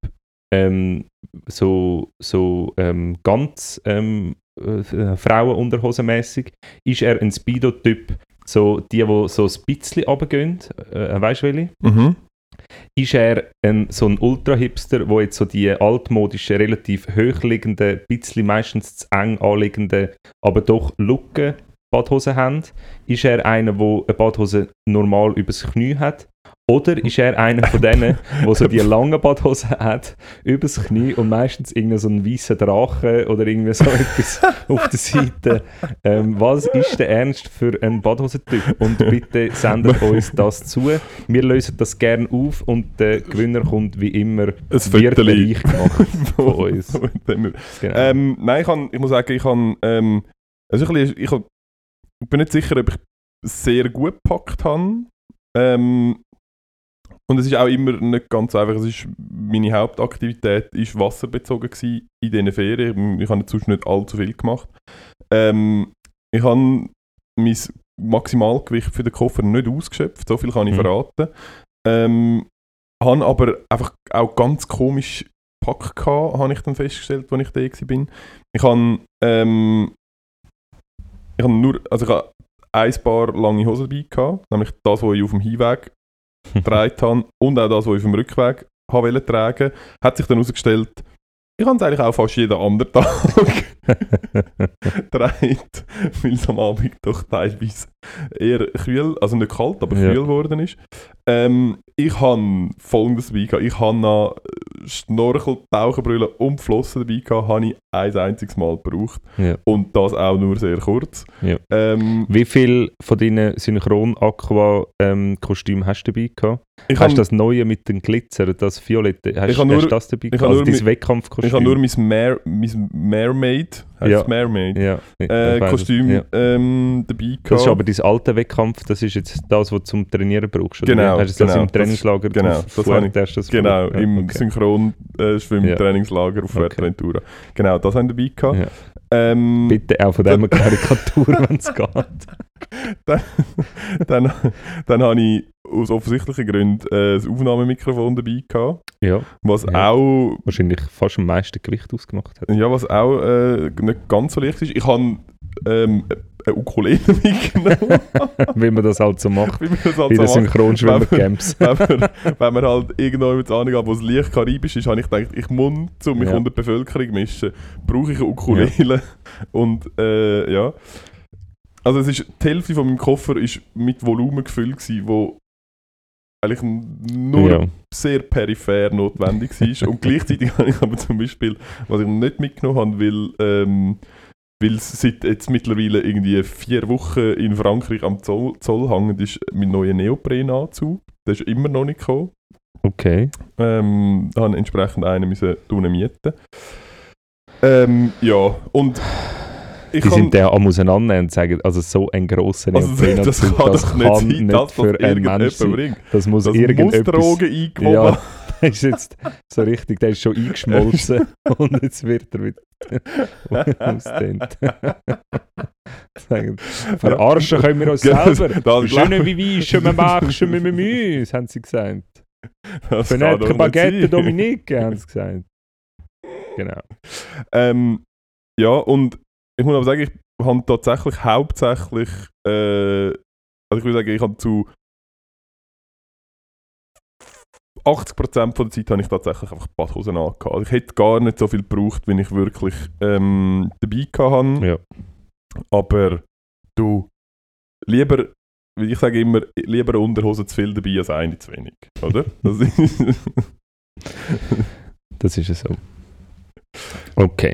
ganz Frauenunterhosenmäßig? Ist er ein Speedo-Typ, so die so ein bisschen runtergehen? Weißt du welche? Mhm. Ist er so ein Ultra-Hipster, der jetzt so die altmodischen, relativ hochliegenden, bisschen meistens zu eng anliegenden, aber doch Lücken Badhosen haben? Ist er einer, der eine Badhose normal übers Knie hat? Oder ist er einer von denen, der so die langen Badhosen hat, übers Knie und meistens irgendein so ein weißer Drache oder irgendwie so etwas auf der Seite? Was ist der Ernst für einen Badhosentyp? Und bitte sendet uns das zu. Wir lösen das gerne auf und der Gewinner kommt wie immer reich gemacht von uns. Genau. Nein, ich muss sagen, ich bin nicht sicher, ob ich sehr gut gepackt habe. Und es ist auch immer nicht ganz einfach. Meine Hauptaktivität war wasserbezogen gewesen in diesen Ferien. Ich habe sonst nicht allzu viel gemacht. Ich habe mein Maximalgewicht für den Koffer nicht ausgeschöpft, so viel kann ich verraten. Habe aber einfach auch ganz komisch gepackt gehabt, habe ich dann festgestellt, als ich da war. Ich habe ein paar lange Hosen dabei gehabt, nämlich das, was ich auf dem Hinweg getragen habe und auch das, was ich auf dem Rückweg wollte tragen. Hat sich dann herausgestellt, ich habe es eigentlich auch fast jeden anderen Tag getragen, weil es am Abend doch teilweise eher kühl, also nicht kalt, aber kühl geworden ist. Ich habe Folgendes dabei gehabt. Ich habe noch Schnorchel, Taucherbrille und Flossen dabei gehabt, habe ich ein einziges Mal gebraucht. Ja. Und das auch nur sehr kurz. Ja. Wie viel von deinen Synchron-Aqua-Kostümen hast du dabei gehabt? Hast du das neue mit den Glitzer, das Violette, hast du das dabei gehabt? Also dein Wettkampfkostüm? Ich habe nur mein Mermaid, heißt Mermaid, Kostüm dabei gehabt. Das ist aber dein alte Wettkampf, das ist jetzt das, was du zum Trainieren brauchst, oder? Genau. Hast du das im Trainingslager im Synchron-Schwimm-Trainingslager auf Fuerteventura. Genau, das haben wir dabei gehabt. Ja. Bitte auch von dieser Karikatur, wenn es geht. dann habe ich aus offensichtlichen Gründen das Aufnahmemikrofon dabei gehabt. Ja. Was auch... Wahrscheinlich fast am meisten Gewicht ausgemacht hat. Ja, was auch nicht ganz so leicht ist. Ich habe eine Ukulele mitgenommen. Wie man das halt so macht. Wie man das halt in den so macht. Synchronschwimmer-Camps. Wenn man halt irgendwo mit angeht, wo es leicht karibisch ist, habe ich gedacht, ich muss mich Ja. unter die Bevölkerung mischen, brauche ich eine Ukulele. Und ja. Also die Hälfte von meinem Koffer war mit Volumen gefüllt gewesen, wo eigentlich nur sehr peripher notwendig war. Und gleichzeitig habe ich aber zum Beispiel, was ich nicht mitgenommen habe, weil es seit jetzt mittlerweile irgendwie 4 Wochen in Frankreich am Zoll hängt, ist mein neuer Neoprenanzug. Der ist immer noch nicht gekommen. Okay. Habe entsprechend einen mieten. Ja, und die sind der am auseinandernehmen und sagen, also so ein grosser Neoprenanzug, das kann doch nicht sein, dass für einen Mensch sein. bringt. Das muss irgendetwas... Drogen eingewoben. Ja, der ist jetzt so richtig, der ist schon eingeschmolzen und jetzt wird er wieder ausdehnt. Verarschen können wir uns selber. Schöne wie Weische, wir machen schon mit Müs, haben sie gesagt. Für eine Baguette Dominique, haben sie gesagt. Genau. Ja, und ich muss aber sagen, ich habe tatsächlich hauptsächlich, also ich würde sagen, ich habe zu 80% von der Zeit habe ich tatsächlich einfach Badhosen angehabt. Also ich hätte gar nicht so viel gebraucht, wenn ich wirklich dabei hatte. Ja. Aber du, lieber, wie ich sage immer, lieber eine Unterhose zu viel dabei als eine zu wenig, oder? Das ist es so. Okay.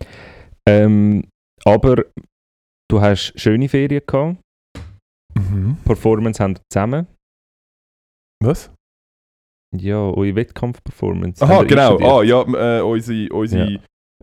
Aber du hast schöne Ferien gehabt. Performance haben wir zusammen. Was? Ja, eure Wettkampf-Performance. Aha, genau. Unsere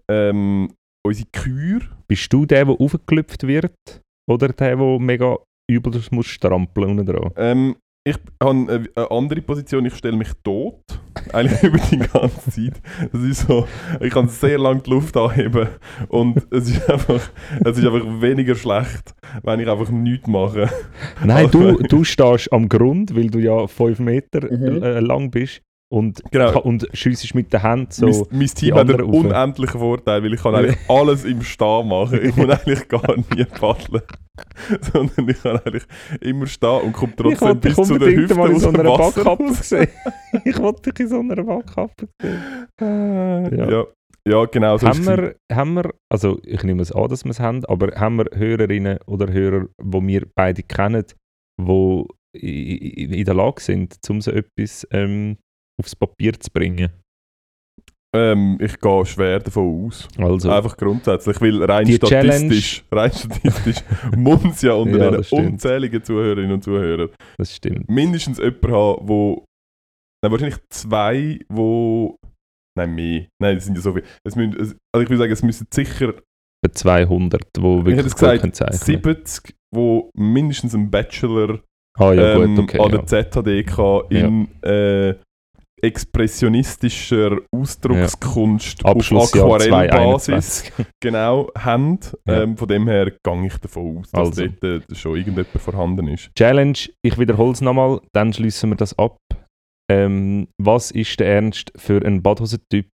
Kür. Bist du der aufgeklüpft wird? Oder der mega übel muss strampeln unten dran? Ich habe eine andere Position, ich stelle mich tot. Eigentlich über die ganze Zeit. Das ist so, ich kann sehr lange die Luft anheben und es ist einfach weniger schlecht, wenn ich einfach nichts mache. Nein, du stehst am Grund, weil du ja 5 Meter lang bist und schiessest mit den Händen so. Mein Team hat einen unendlichen Vorteil, weil ich kann eigentlich alles im Stehen machen. Ich muss eigentlich gar nie paddeln. Sondern ich kann eigentlich immer stehen und komme trotzdem bis zu der Hüfte aus dem Wasser sehen. Ich wollte dich in so einer Backkappe sehen. Ja, genau so haben wir, also ich nehme es an, dass wir es haben, aber haben wir Hörerinnen oder Hörer, die wir beide kennen, die in der Lage sind, um so etwas aufs Papier zu bringen? Ich gehe schwer davon aus. Also, einfach grundsätzlich, weil rein statistisch muss es ja unter den unzähligen Zuhörerinnen und Zuhörern das stimmt. Mindestens jemanden haben, wahrscheinlich 2, nein, mehr. Nein, das sind ja so viele. Also ich würde sagen, es müssen sicher 200, die wirklich zeichnen. 70, die mindestens einen Bachelor an der ZHDK in expressionistischer Ausdruckskunst auf Aquarellbasis haben. Von dem her gehe ich davon aus, dass dort schon irgendjemand vorhanden ist. Challenge, ich wiederhole es nochmal, dann schließen wir das ab. Was ist der Ernst für einen Badhosentyp?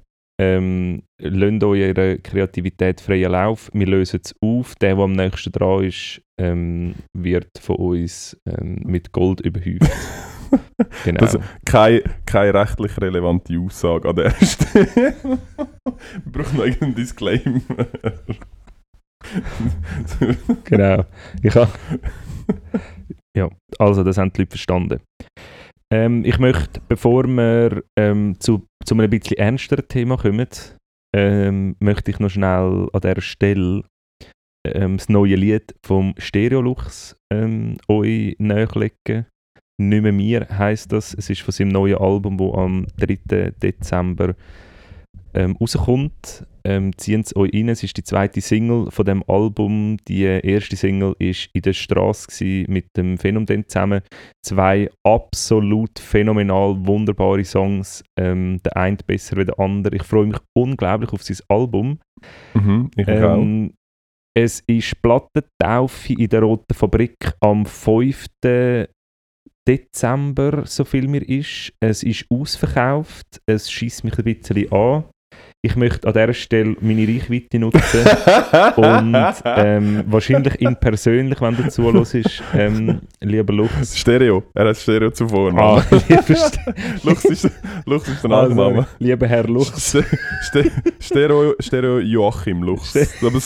Lasst eure Kreativität freien Lauf. Wir lösen es auf. Der am nächsten dran ist, wird von uns mit Gold überhäuft. Genau. Das ist keine rechtlich relevante Aussage an der Stelle. Wir brauchen noch irgendeinen Disclaimer. Genau. Ja, also das haben die Leute verstanden. Ich möchte, bevor wir zu einem bisschen ernsteren Thema kommen, möchte ich noch schnell an dieser Stelle das neue Lied vom Stereolux euch näherlegen. «Nicht mehr mir» heisst das. Es ist von seinem neuen Album, das am 3. Dezember rauskommt. Ziehen es euch rein. Es ist die zweite Single von dem Album. Die erste Single war «In der Straße» mit dem Phänomen zusammen. 2 absolut phänomenal wunderbare Songs. Der eine besser als der andere. Ich freue mich unglaublich auf sein Album. Ich auch. Es ist Plattentaufe in der Roten Fabrik am 5. Dezember, so viel mir ist. Es ist ausverkauft. Es schießt mich ein bisschen an. Ich möchte an dieser Stelle meine Reichweite nutzen und wahrscheinlich ihn persönlich, wenn du zuhörst, lieber Lux. Stereo. Er hat Stereo zuvor. Lux ist der Nachname. Also, lieber Herr Lux. Stereo Joachim Lux.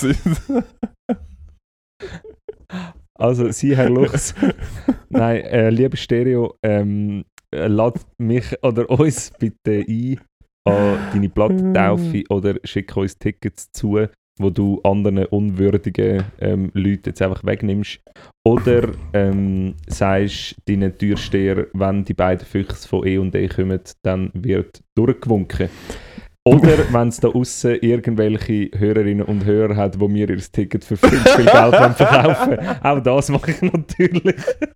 Also, Sie, Herr Lux. Nein, lieber Stereo, lad mich oder uns bitte ein an deine Plattentaufe oder schick uns Tickets zu, wo du anderen unwürdigen Leuten jetzt einfach wegnimmst. Oder sagst deinen Türsteher, wenn die beiden Füchse von E&E kommen, dann wird durchgewunken. Oder wenn es da aussen irgendwelche Hörerinnen und Hörer hat, die mir ihr Ticket für viel Geld verkaufen wollen. Auch das mache ich natürlich.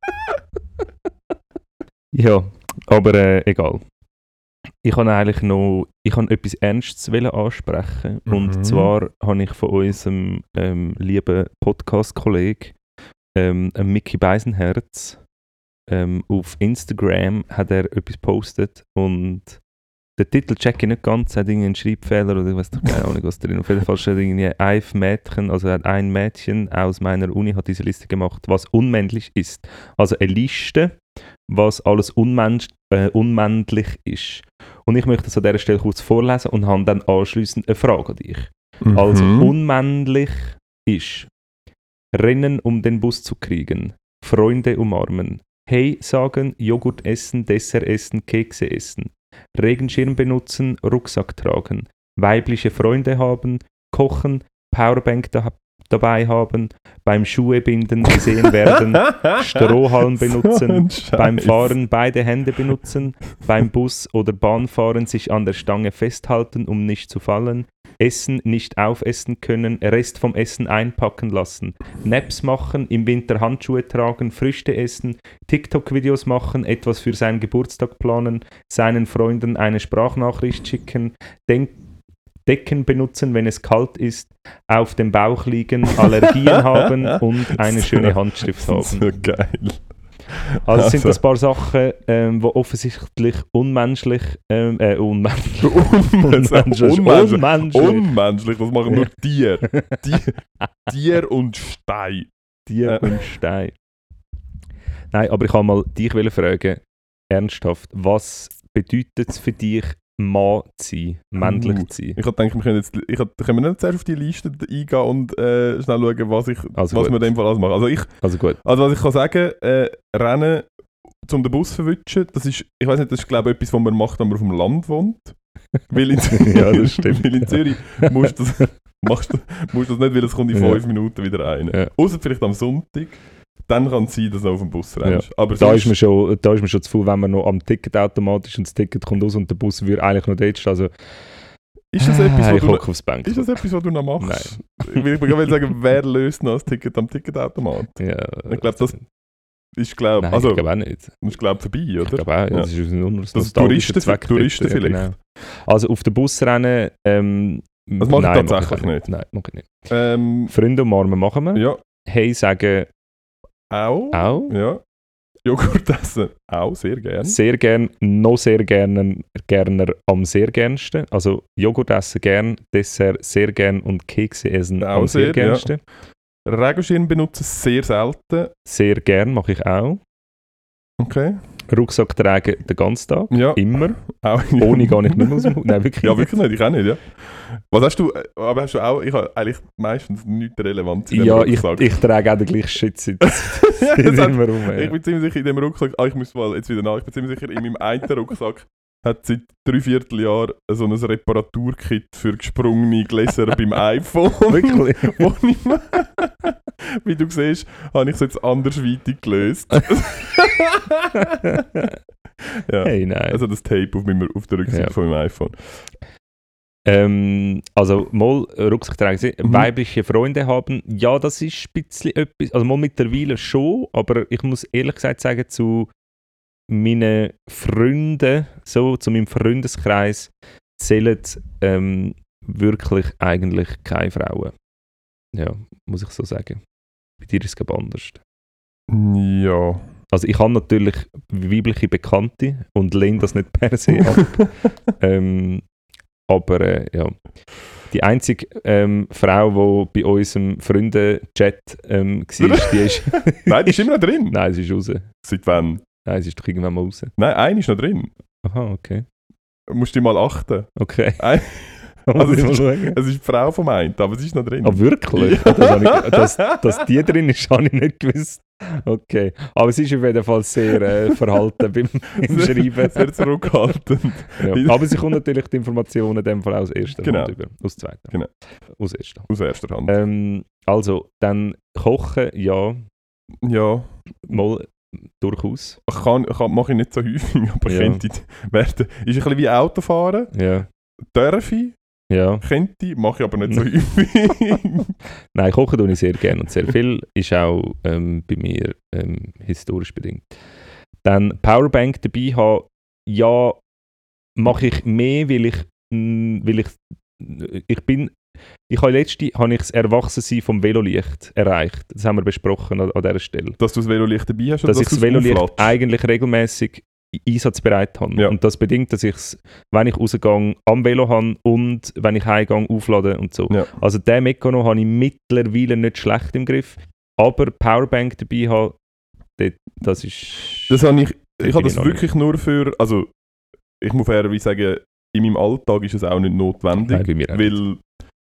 Ja, aber egal. Ich habe eigentlich noch etwas Ernstes ansprechen. Und zwar habe ich von unserem lieben Podcast-Kollegen, Mickey Beisenherz, auf Instagram hat er etwas gepostet und den Titel check ich nicht ganz, hat irgendwie einen Schreibfehler oder ich weiß doch keine Ahnung, was drin. Auf jeden Fall steht irgendwie ein Mädchen aus meiner Uni hat diese Liste gemacht, was unmännlich ist. Also eine Liste, was alles unmännlich ist. Und ich möchte das an dieser Stelle kurz vorlesen und habe dann anschliessend eine Frage an dich. Also unmännlich ist Rennen, um den Bus zu kriegen, Freunde umarmen, Hey sagen, Joghurt essen, Dessert essen, Kekse essen, Regenschirm benutzen, Rucksack tragen, weibliche Freunde haben, kochen, Powerbank dabei haben, beim Schuhe binden gesehen werden, Strohhalm benutzen, beim Fahren beide Hände benutzen, beim Bus oder Bahnfahren sich an der Stange festhalten, um nicht zu fallen, Essen nicht aufessen können, Rest vom Essen einpacken lassen, Naps machen, im Winter Handschuhe tragen, Früchte essen, TikTok-Videos machen, etwas für seinen Geburtstag planen, seinen Freunden eine Sprachnachricht schicken, Decken benutzen, wenn es kalt ist, auf dem Bauch liegen, Allergien haben und eine schöne Handschrift haben. So geil. Also sind das ein paar Sachen, die offensichtlich unmenschlich, unmenschlich, das machen nur Tiere. Tier und Stein. Tier und Stein. Nein, aber ich wollte mal dich fragen, ernsthaft, was bedeutet es für dich, Mann zu sein, männlich zu sein? Ich habe gedacht, können wir nicht zuerst auf die Liste eingehen und schnell schauen, was wir in dem Fall alles machen. Also gut. Also was ich kann sagen, Rennen zum den Bus verwischen, das ist, ich weiß nicht, das ist glaube ich etwas, was man macht, wenn man auf dem Land wohnt. Weil in ja, das stimmt. Weil in Zürich musst du das nicht, weil es kommt in 5 Minuten wieder rein. Ja. Ausser vielleicht am Sonntag. Dann kann es sein, dass du auf dem Bus rennst. Ja. Aber da ist man schon zu viel, wenn man noch am Ticketautomat ist und das Ticket kommt raus und der Bus würde eigentlich noch dort stehen. Also, ist das etwas, was du noch machst? Nein. Ich will sagen, wer löst noch das Ticket am Ticketautomat? Ja, ich glaube, das ist, ich glaube auch nicht. Das ist, glaube vorbei, oder? Ich glaube auch, das ist nur das Touristen vielleicht. Genau. Also auf den Busrennen, das mache ich tatsächlich nicht. Nein, mache ich nicht. Freunde umarmen machen wir. Ja. Hey sagen auch. Ja. Joghurt essen auch, sehr gerne. Sehr gern, noch sehr gerne am sehr gernsten. Also Joghurt essen gern, Dessert sehr gern und Kekse essen auch am sehr gernsten. Ja. Regenschirm benutzen sehr selten. Sehr gern, mache ich auch. Okay. Rucksack tragen den ganzen Tag, immer. Auch. Ohne gar nicht mehr aus dem Haus. Nein, wirklich ja, wirklich nicht, ich auch nicht, ja. Was hast du, aber hast du auch, ich habe eigentlich meistens nichts Relevantes in dem Rucksack. Ja, ich trage auch den gleichen Shit seit immer rum. Ich bin ziemlich sicher in dem Rucksack, ich muss mal jetzt wieder nach, ich bin ziemlich sicher, in meinem einen Rucksack hat seit 3/4 Jahren so ein Reparaturkit für gesprungene Gläser beim iPhone. Wirklich? Wie du siehst, habe ich es jetzt andersweitig gelöst. Ja. Hey, nein. Also das Tape auf der Rückseite von meinem iPhone. Also mal Rucksack tragen, weibliche Freunde haben, ja, das ist ein bisschen etwas, also mal mittlerweile schon, aber ich muss ehrlich gesagt sagen, zu meinen Freunden, so zu meinem Freundeskreis, zählen wirklich eigentlich keine Frauen. Ja, muss ich so sagen. Bei dir ist es glaube ich anders. Ja. Also ich habe natürlich weibliche Bekannte und lehne das nicht per se ab. Aber ja. Die einzige Frau, die bei unserem Freunde-Chat war, die ist... Nein, die ist immer noch drin. Nein, sie ist raus. Seit wann? Nein, sie ist doch irgendwann mal raus. Nein, eine ist noch drin. Aha, okay. Du musst dich mal achten. Okay. Also es ist die Frau vom einen, aber sie ist noch drin. Ah, wirklich? Ja. Dass die drin ist, habe ich nicht gewusst. Okay. Aber sie ist auf jeden Fall sehr verhalten beim Schreiben. Sehr zurückhaltend. Ja. Aber sie kommt natürlich die Informationen in dem Fall aus erster Hand über. Aus zweiter. Genau. Aus erster Hand. Aus erster Hand. Also, dann kochen, ja. Ja. Mal durchaus. Mache ich nicht so häufig, aber könnte werden. Ist ein bisschen wie Autofahren. Ja. Darf ich? Ja. Könnte, mache ich aber nicht so häufig. Nein, kochen tue ich sehr gerne und sehr viel. Ist auch bei mir historisch bedingt. Dann Powerbank dabei haben, ja, mache ich mehr, weil ich habe das Erwachsensein vom Velolicht erreicht. Das haben wir besprochen an dieser Stelle. Dass du das Velolicht dabei hast? Oder dass ich das Velolicht eigentlich regelmäßig einsatzbereit habe. Ja. Und das bedingt, dass ich es, wenn ich rausgehe, am Velo habe und wenn ich heimgehe, auflade und so. Ja. Also den Mechanismus habe ich mittlerweile nicht schlecht im Griff. Aber Powerbank dabei haben, das ist... Das habe ich habe das wirklich nur für... Also, ich muss fairerweise sagen, in meinem Alltag ist es auch nicht notwendig. Nein, bei mir auch weil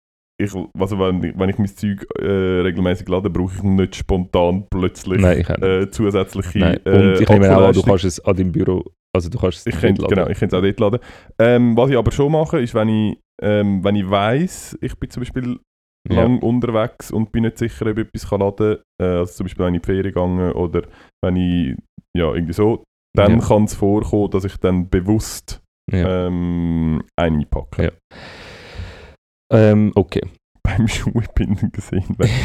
wenn ich mein Zeug regelmäßig lade, brauche ich nicht spontan plötzlich zusätzliche und ich nehme auch an, du kannst es an deinem Büro, also du kannst es ich könnte es auch dort laden. Was ich aber schon mache, ist, wenn ich weiss, ich bin zum Beispiel lang unterwegs und bin nicht sicher, ob ich etwas laden kann, also zum Beispiel wenn ich in die Ferien gehe oder wenn ich, irgendwie so, dann kann es vorkommen, dass ich dann bewusst einpacke. Ja. Okay. Beim Schuhbinden gesehen.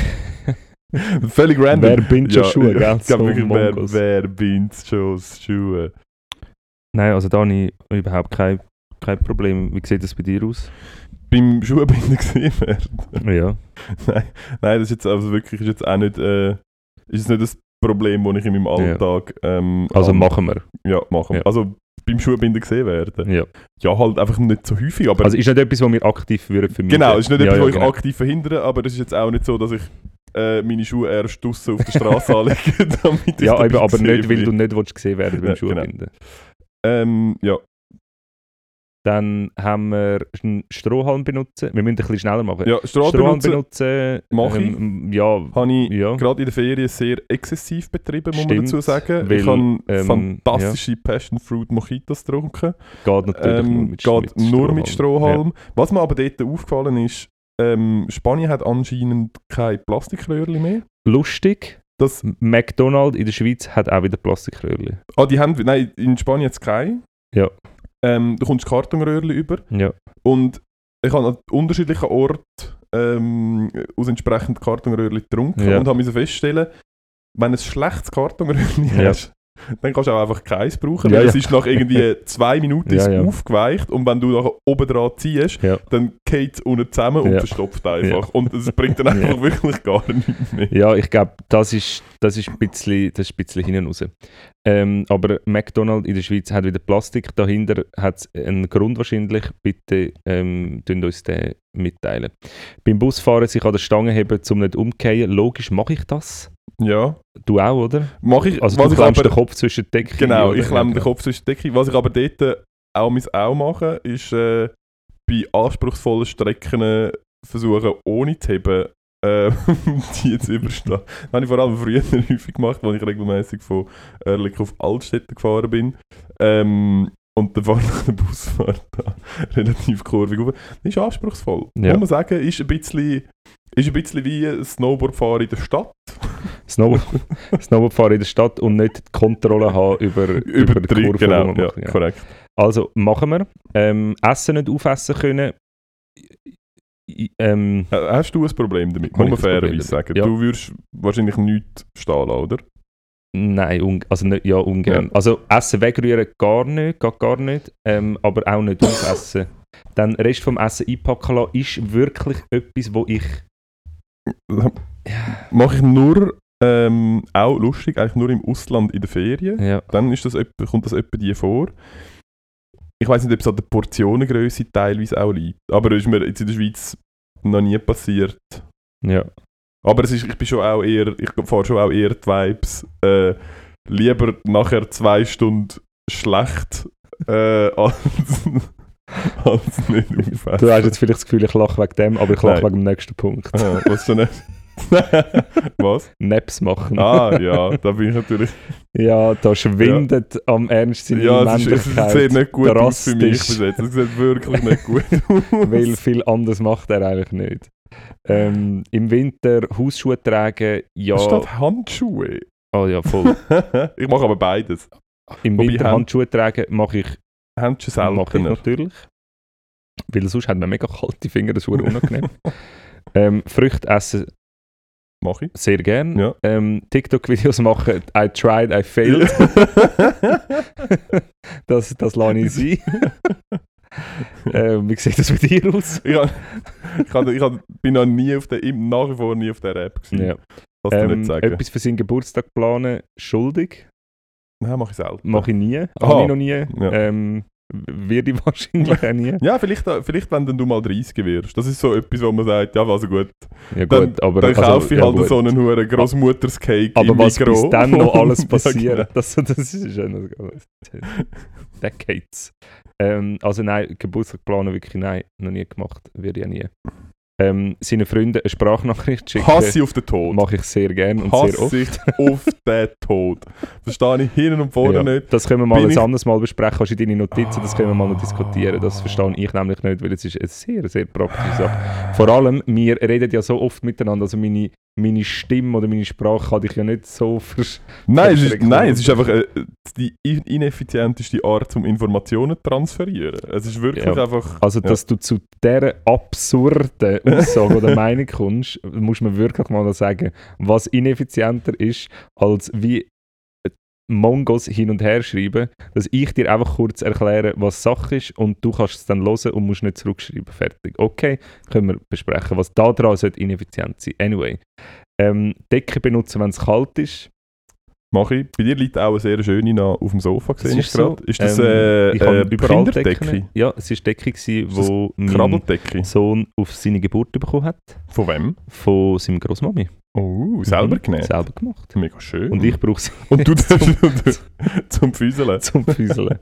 Völlig random. Wer bindet schon Schuhe? Ja, ich glaube wirklich, wer bindet schon Schuhe? Nein, also da habe ich überhaupt kein Problem. Wie sieht das bei dir aus? Beim Schuhbinden gesehen werden? Ja. Nein, das ist jetzt also wirklich ist jetzt auch nicht, ist nicht das Problem, das ich in meinem Alltag... also machen wir. Ja, machen wir. Ja. Also beim Schuhbinden gesehen werden. Ja. Ja, halt einfach nicht so häufig. Aber also ist nicht etwas, was wir aktiv verhindern. Genau, es ist nicht etwas, was ich aktiv verhindere, aber es ist jetzt auch nicht so, dass ich meine Schuhe erst draussen auf der Straße anlege, damit ich aber nicht, weil du nicht gesehen werden beim Schuhbinden. Genau. Ja. Dann haben wir einen Strohhalm benutzen. Wir müssen ein bisschen schneller machen. Ja, Strohhalm benutzen mache ich. Habe ich gerade in der Ferien sehr exzessiv betrieben, muss man dazu sagen. Weil, ich habe fantastische Passion Fruit Mojitos getrunken. Geht natürlich nur mit Strohhalm. Ja. Was mir aber dort aufgefallen ist, Spanien hat anscheinend kein Plastikröhrli mehr. Lustig. Das McDonald's in der Schweiz hat auch wieder Plastikröhrli. Nein, in Spanien hat es keine. Ja. Du kommst Kartonröhrli über. Ja. Und ich habe an unterschiedlichen Orten aus entsprechend Kartonröhrli getrunken und habe feststellen, wenn du ein schlechtes Kartonröhrli hast, dann kannst du auch einfach keins brauchen, weil es ist nach irgendwie 2 Minuten aufgeweicht und wenn du nachher oben dran ziehst, dann geht es unten zusammen und verstopft einfach. Und das bringt dann einfach wirklich gar nichts mehr. Ja, ich glaube, das ist ein bisschen hinten raus. Aber McDonald's in der Schweiz hat wieder Plastik. Dahinter hat es einen Grund wahrscheinlich. Bitte uns den mitteilen. Beim Busfahren sich an der Stange heben, um nicht umzufallen. Logisch mache ich das. Ja. Du auch, oder? Mach ich. Also du klemmst den Kopf zwischen die Decke. Genau, ich klemme den Kopf zwischen die Decke. Was ich aber dort auch mache, ist bei anspruchsvollen Strecken versuchen, ohne zu heben, die zu überstehen. Das habe ich vor allem früher häufig gemacht, als ich regelmäßig von Oerlikon auf Altstädte gefahren bin. Und dann fahrt nach der Busfahrt da relativ kurvig auf. Das ist anspruchsvoll. Muss man sagen, ist ein bisschen wie Snowboardfahren in der Stadt. Snowboardfahren in der Stadt und nicht die Kontrolle haben über die Kurve. Genau, ja, korrekt. Also machen wir. Essen nicht aufessen können. Hast du ein Problem damit? Muss man fairerweise sagen. Ja. Du würdest wahrscheinlich nichts stehen lassen, oder? Nein, ungern. Ja. Also Essen wegrühren geht gar nicht, aber auch nicht aufessen. Dann Rest vom Essen einpacken lassen ist wirklich etwas, wo ich mache ich nur auch lustig, eigentlich nur im Ausland in den Ferien. Ja. Dann kommt das etwa die vor. Ich weiss nicht, ob es an der Portionengröße teilweise auch liegt. Aber das ist mir jetzt in der Schweiz noch nie passiert. Ja. Aber ich fahre schon auch eher die Vibes. Lieber nachher 2 Stunden schlecht als nicht aufessen. Du hast jetzt vielleicht das Gefühl, ich lache wegen dem, aber ich lache wegen dem nächsten Punkt. Was schon nicht? Was? Naps machen. Ja, da bin ich natürlich... Ja, da schwindet am Ernst seine Männlichkeit. Es sieht nicht gut aus für mich drastisch. bis jetzt. Es sieht wirklich nicht gut aus. Weil viel anderes macht er eigentlich nicht. Im Winter Hausschuhe tragen, ja... Statt Handschuhe? Oh ja, voll. Ich mache aber beides. Im Winter Handschuhe tragen mache ich Handschuhe seltener. Natürlich. Weil sonst hat man mega kalte Finger, das ist unangenehm. Früchte essen mache ich. Sehr gern. Ja. TikTok-Videos machen, I tried, I failed. das lasse ich sein. Wie sieht das bei dir aus? Bin noch nie nach wie vor nie auf der App gewesen. Ja. Kannst du nicht sagen. Etwas für seinen Geburtstag planen, schuldig. Nein, mache ich selten. Mache ich nie. Habe ich noch nie. Ja. Werde ich wahrscheinlich auch nie. Ja, vielleicht wenn du mal 30 wirst. Das ist so etwas, wo man sagt, ja, also gut. Ja, gut, aber dann kaufe ich halt so einen hohen Grossmutterscake aber im was Migros. bis dann noch alles passiert, Ja, genau. das ist schon Decades. Also nein, Geburtstag planen wirklich nein, noch nie gemacht, würde ich auch nie. Seinen Freunden eine Sprachnachricht schicken. Hasse ich auf den Tod. Mache ich sehr gerne und Hasse sehr oft. ich auf den Tod. Verstehe ich hinten und vorne nicht. Das können wir mal ein anderes Mal besprechen. Hast du deine Notizen, das können wir mal noch diskutieren. Das verstehe ich nämlich nicht, weil es ist eine sehr, sehr praktische Sache. Vor allem, wir reden ja so oft miteinander, also meine Stimme oder meine Sprache kann dich ja nicht so Nein, es ist einfach die ineffizienteste Art, um Informationen zu transferieren. Es ist wirklich einfach... Also, dass du zu dieser absurden Aussage oder Meinung kommst, muss man wirklich mal sagen, was ineffizienter ist, als wie Mongos hin und her schreiben, dass ich dir einfach kurz erkläre, was Sache ist und du kannst es dann hören und musst nicht zurückschreiben. Fertig. Okay, können wir besprechen. Was da dran sollte ineffizient sein. Anyway. Decke benutzen, wenn es kalt ist. Mache ich. Bei dir liegt auch eine sehr schöne noch auf dem Sofa gesehen. Ist so. Ist das Kinderdecke? Ja, es war Decke, wo mein Sohn auf seine Geburt bekommen hat. Von wem? Von seinem Grossmami. Oh, selber genäht? Selber gemacht. Mega schön. Und ich brauche sie und du zum Füßeln? Zum Füßeln.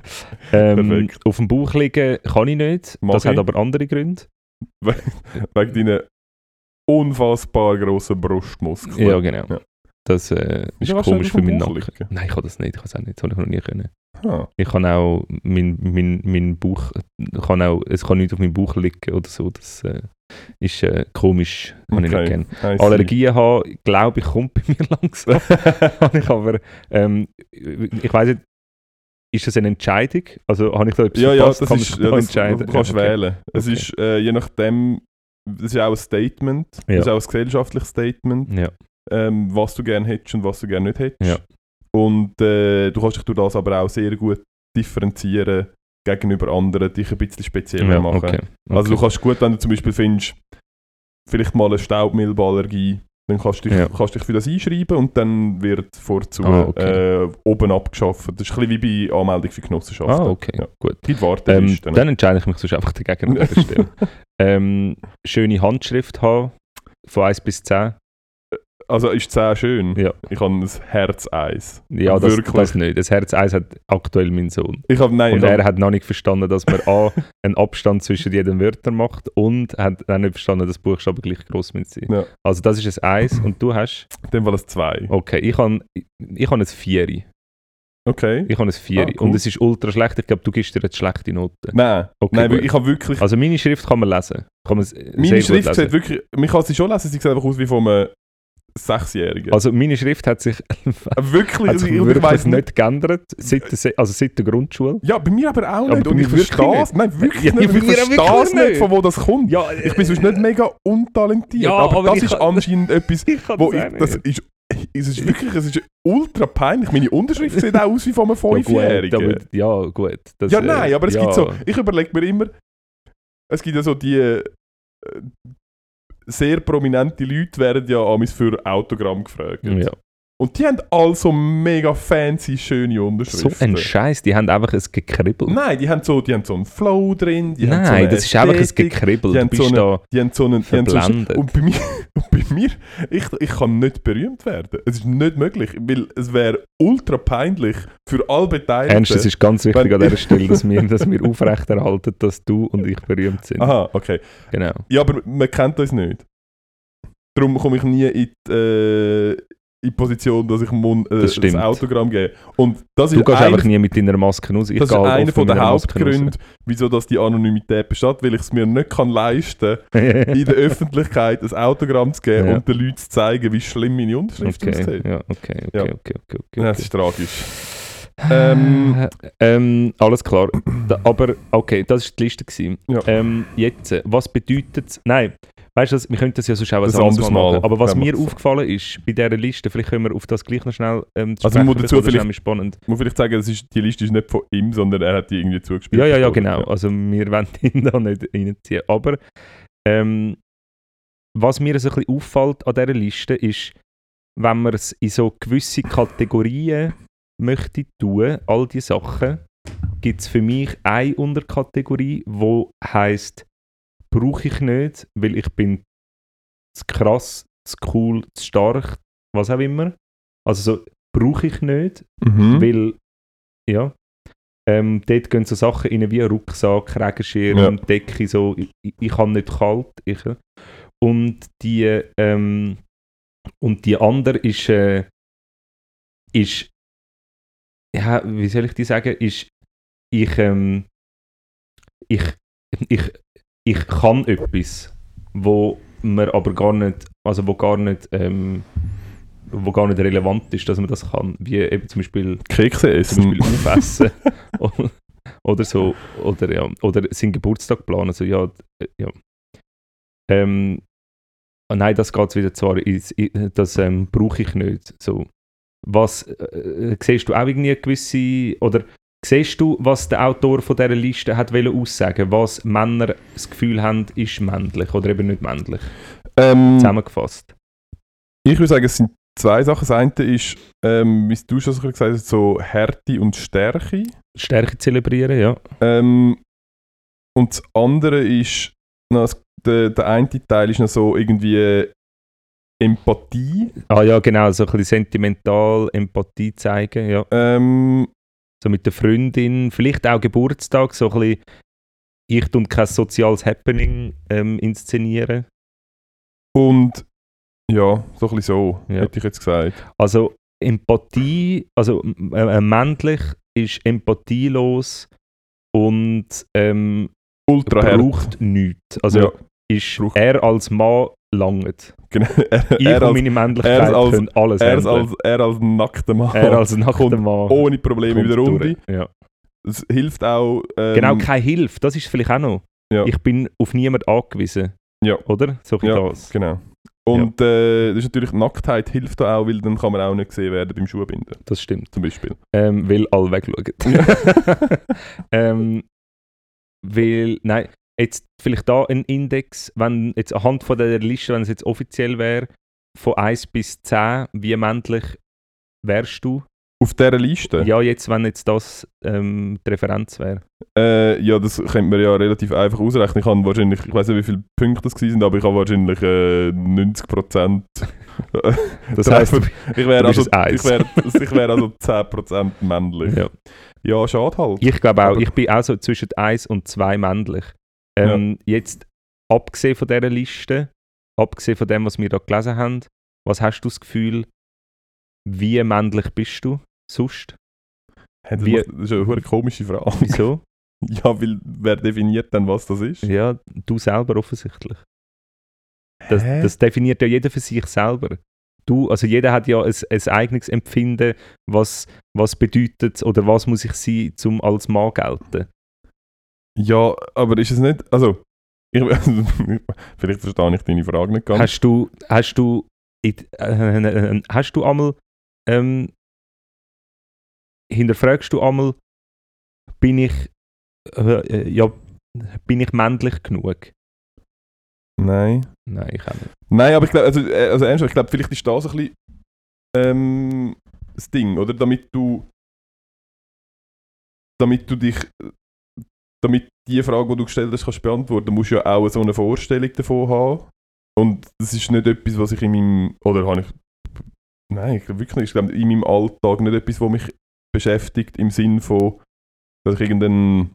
Auf dem Bauch liegen kann ich nicht. Das hat aber andere Gründe. Wegen deinen unfassbar grossen Brustmuskeln. Ja, genau. Ja. Das ist komisch für meinen Nacken. Nein, ich kann das nicht. Ich kann es auch nicht. Das habe ich noch nie können. Ich kann auch mein Bauch, es kann nicht auf meinem Bauch liegen oder so. Das ist komisch, habe ich nicht gerne. Allergien haben, glaube ich, kommt bei mir langsam. Aber ich weiss nicht, ist das eine Entscheidung? Also habe ich da etwas verpasst? Das ist, entscheiden. Du kannst wählen. Es ist je nachdem, das ist auch ein Statement, das ist auch ein gesellschaftliches Statement. Ja. Was du gerne hättest und was du gerne nicht hättest. Ja. Und du kannst dich durch das aber auch sehr gut differenzieren gegenüber anderen, dich ein bisschen spezieller machen. Okay. Also du kannst gut, wenn du zum Beispiel findest, vielleicht mal eine Staubmilballergie, dann kannst du dich für das einschreiben und dann wird vorzu oben abgeschafft. Das ist ein bisschen wie bei Anmeldung für Genossenschaften. Okay, ja. Gut. Die Warteliste. Dann entscheide ich mich sonst einfach dagegen an dieser Stelle. Schöne Handschrift haben, von 1 bis 10. Also ist 10 schön? Ja. Ich habe ein Herz 1. Ja, das nicht. Das Herz 1 hat aktuell mein Sohn. Er hat noch nicht verstanden, dass man einen Abstand zwischen jedem Wörter macht und hat auch nicht verstanden, dass Buchstaben gleich gross sind. Ja. Also das ist ein 1 und du hast? In dem Fall ein 2. Okay, ich habe ein 4. Okay. Ich habe ein 4. Cool. Und es ist ultra schlecht. Ich glaube, du gibst dir eine schlechte Note. Nein, ich habe wirklich... Also meine Schrift kann man lesen. Meine Schrift sieht wirklich... Man kann sie schon lesen, sie sieht einfach aus wie von einem 6-Jährigen. Also meine Schrift hat sich wirklich nicht geändert, seit der Grundschule. Ja, bei mir aber auch nicht. Und ich verstehe es. Nein, wirklich nicht. Ich verstehe es nicht, von wo das kommt. Ja, ich bin sonst nicht mega untalentiert. Ja, aber das ist anscheinend etwas, wo ich... Es ist wirklich, es ist ultra peinlich. Meine Unterschrift sieht auch aus wie von einem 5-Jährigen. Ja, gut. Nein, aber es gibt so... Ich überlege mir immer... Es gibt ja so die... sehr prominente Leute werden ja amigs für Autogramm gefragt. Ja. Und die haben also mega fancy, schöne Unterschriften. So ein Scheiß, die haben einfach ein Gekribbel. Nein, die haben so einen Flow drin. Die haben so Nein, eine das ist einfach ein Ästhetik, Gekribbel. Die Du haben bist so da die haben so einen, verblendet. und bei mir ich kann nicht berühmt werden. Es ist nicht möglich, weil es wäre ultra peinlich für alle Beteiligten. Ernst, es ist ganz wichtig wenn- an dieser Stelle, dass wir aufrechterhalten, dass du und ich berühmt sind. Aha, okay. Genau. Ja, aber man kennt uns nicht. Darum komme ich nie in die Position, dass ich Das stimmt. das Autogramm gebe. Und das Du ist gehst einer, einfach nie mit deiner Maske raus. Ich das ist gehe einer oft von mit der meiner Maske Hauptgründe, wieso dass die Anonymität besteht, weil ich es mir nicht kann leisten kann, raus. in der Öffentlichkeit ein Autogramm zu geben Ja. und den Leuten zu zeigen, wie schlimm meine Unterschrift Okay, aussieht. ja, okay. Ja. Okay. Das ist tragisch. Alles klar. Aber okay, das war die Liste gewesen. Ja. Jetzt, was bedeutet es? Nein, weißt du, wir könnten das ja sonst auch Das ein anderes anderes Mal Mal. machen. Aber was Ja, mir mach's. aufgefallen ist bei dieser Liste, vielleicht können wir auf das gleich noch schnell Also sprechen, man muss dazu das ist vielleicht- nämlich spannend. Ich muss vielleicht sagen, die Liste ist nicht von ihm, sondern er hat die irgendwie zugespielt. Ja, bekommen. genau. Also wir wollen ihn da nicht reinziehen. Aber was mir so ein bisschen auffällt an dieser Liste ist, wenn man es in so gewisse Kategorien möchte tun, all diese Sachen, gibt es für mich eine Unterkategorie, die heisst, brauche ich nicht, weil ich bin zu krass, zu cool, zu stark, was auch immer. Also so, brauche ich nicht, Mhm. weil, ja, dort gehen so Sachen rein wie Rucksack, Regenschirm, Ja. Decke, so, ich habe nicht kalt. Und die andere ist, ja, wie soll ich die sagen, ist, ich kann etwas, wo man aber gar nicht, also wo gar nicht relevant ist, dass man das kann, wie eben zum Beispiel Kekse essen. aufessen oder so, oder seinen Geburtstag planen, also ja. Nein, das geht wieder zwar, das brauche ich nicht, so. Was, siehst du auch irgendwie gewisse, oder siehst du, was der Autor von dieser Liste hat aussagen, was Männer das Gefühl haben, ist männlich oder eben nicht männlich? Zusammengefasst. Ich würde sagen, es sind zwei Sachen. Das eine ist, wie du schon gesagt hast, so Härte und Stärke. Stärke zelebrieren, ja. Und das andere ist, der eine Teil ist noch so irgendwie Empathie. Ah ja, genau, so ein bisschen sentimental Empathie zeigen, ja. So mit der Freundin, vielleicht auch Geburtstag, so ein bisschen ich tue kein soziales Happening inszenieren. Und ja, so ein bisschen so, Ja. hätte ich jetzt gesagt. Also Empathie, also männlich ist empathielos und Ultra hart. braucht nichts. Also Ja. ist Braucht- er als Mann langt. Genau. Ich und meine Männlichkeit können alles er handeln. als nackter Mann. Er als nackter kommt Mann ohne Probleme kommt wieder durch. runter. Ja. Es hilft auch. Genau, keine Hilfe, das ist vielleicht auch noch. Ja. Ich bin auf niemanden angewiesen. Ja. Oder? So ein bisschen Ja, das. genau. Und das ist natürlich, Nacktheit hilft da auch, weil dann kann man auch nicht gesehen werden beim Schuhbinden, Das stimmt. zum Beispiel. Weil alle wegschauen. Weil, nein, jetzt vielleicht da ein Index, wenn jetzt anhand von der Liste, wenn es jetzt offiziell wäre, von 1 bis 10, wie männlich wärst du? Auf dieser Liste? Ja, jetzt, wenn jetzt das die Referenz wäre. Ja, das könnte man ja relativ einfach ausrechnen. Ich habe wahrscheinlich, ich weiß nicht, wie viele Punkte das waren, aber ich habe wahrscheinlich 90%. Das heisst, ich wäre du bist also, ein Eis. ich wär also 10% männlich. ja. Ja, schade halt. Ich glaube auch, Aber- ich bin auch so zwischen 1 und 2 männlich. Jetzt, abgesehen von dieser Liste, abgesehen von dem, was wir da gelesen haben, was hast du das Gefühl, wie männlich bist du sonst? Das wie- ist eine komische Frage. Wieso? Ja, weil wer definiert dann, was das ist? Ja, du selber offensichtlich. Das, Hä? das definiert ja jeder für sich selber. Also jeder hat ja ein eigenes Empfinden, was bedeutet oder was muss ich sein, um als Mann gelten. Ja, aber ist es nicht. Also, vielleicht verstehe ich deine Frage nicht ganz. Hast du einmal hinterfragst du einmal, bin ich männlich genug? Nein. Nein, ich auch nicht. Nein, aber ich glaube, also ernsthaft, ich glaube, vielleicht ist das ein bisschen das Ding, oder? Damit die Frage, die du gestellt hast, kannst beantworten, musst du ja auch so eine Vorstellung davon haben. Und das ist nicht etwas, was ich in meinem, oder habe ich, nein, ich glaube wirklich nicht, ich glaube in meinem Alltag nicht etwas, was mich beschäftigt, im Sinn von, dass ich irgendeinen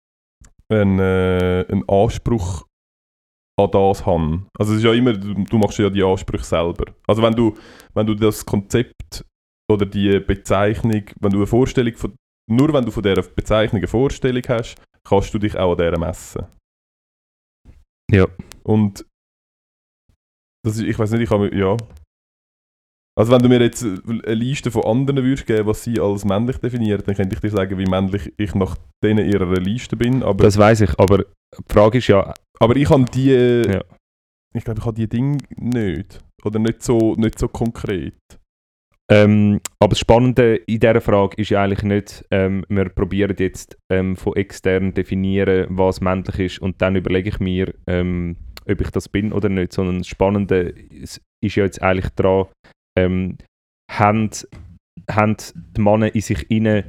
einen Anspruch an das habe. Also es ist ja immer, du machst ja die Ansprüche selber. Also wenn du das Konzept oder die Bezeichnung, wenn du eine Vorstellung von, nur wenn du von dieser Bezeichnung eine Vorstellung hast, kannst du dich auch an dieser messen. Ja. Und das ist, ich weiß nicht, ja. Also wenn du mir jetzt eine Liste von anderen würdest geben, was sie als männlich definieren, dann könnte ich dir sagen, wie männlich ich nach denen ihrer Liste bin. Aber Das weiss ich, aber die Frage ist ja... Aber ich habe die... Ja. Ich glaube, ich habe die Dinge nicht. Oder nicht so konkret. Aber das Spannende in dieser Frage ist ja eigentlich nicht, wir probieren jetzt von extern definieren, was männlich ist und dann überlege ich mir, ob ich das bin oder nicht, sondern das Spannende ist ja jetzt eigentlich daran, haben die Männer in sich inne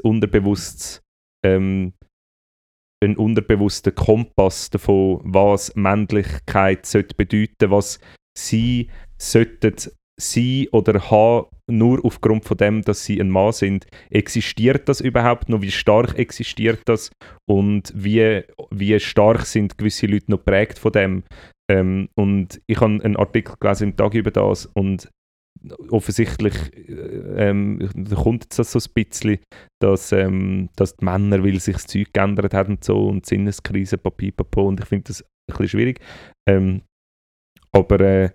einen unterbewussten Kompass davon, was Männlichkeit sollte bedeuten, was sie sollten sein oder haben, nur aufgrund von dem, dass sie ein Mann sind. Existiert das überhaupt noch? Wie stark existiert das? Und wie stark sind gewisse Leute noch geprägt von dem? Und ich habe einen Artikel gelesen im Tag über das und offensichtlich da kommt jetzt das so ein bisschen, dass die Männer, weil sich das Zeug geändert hat und so und Sinneskrise, papipapo, und ich finde das ein bisschen schwierig. Aber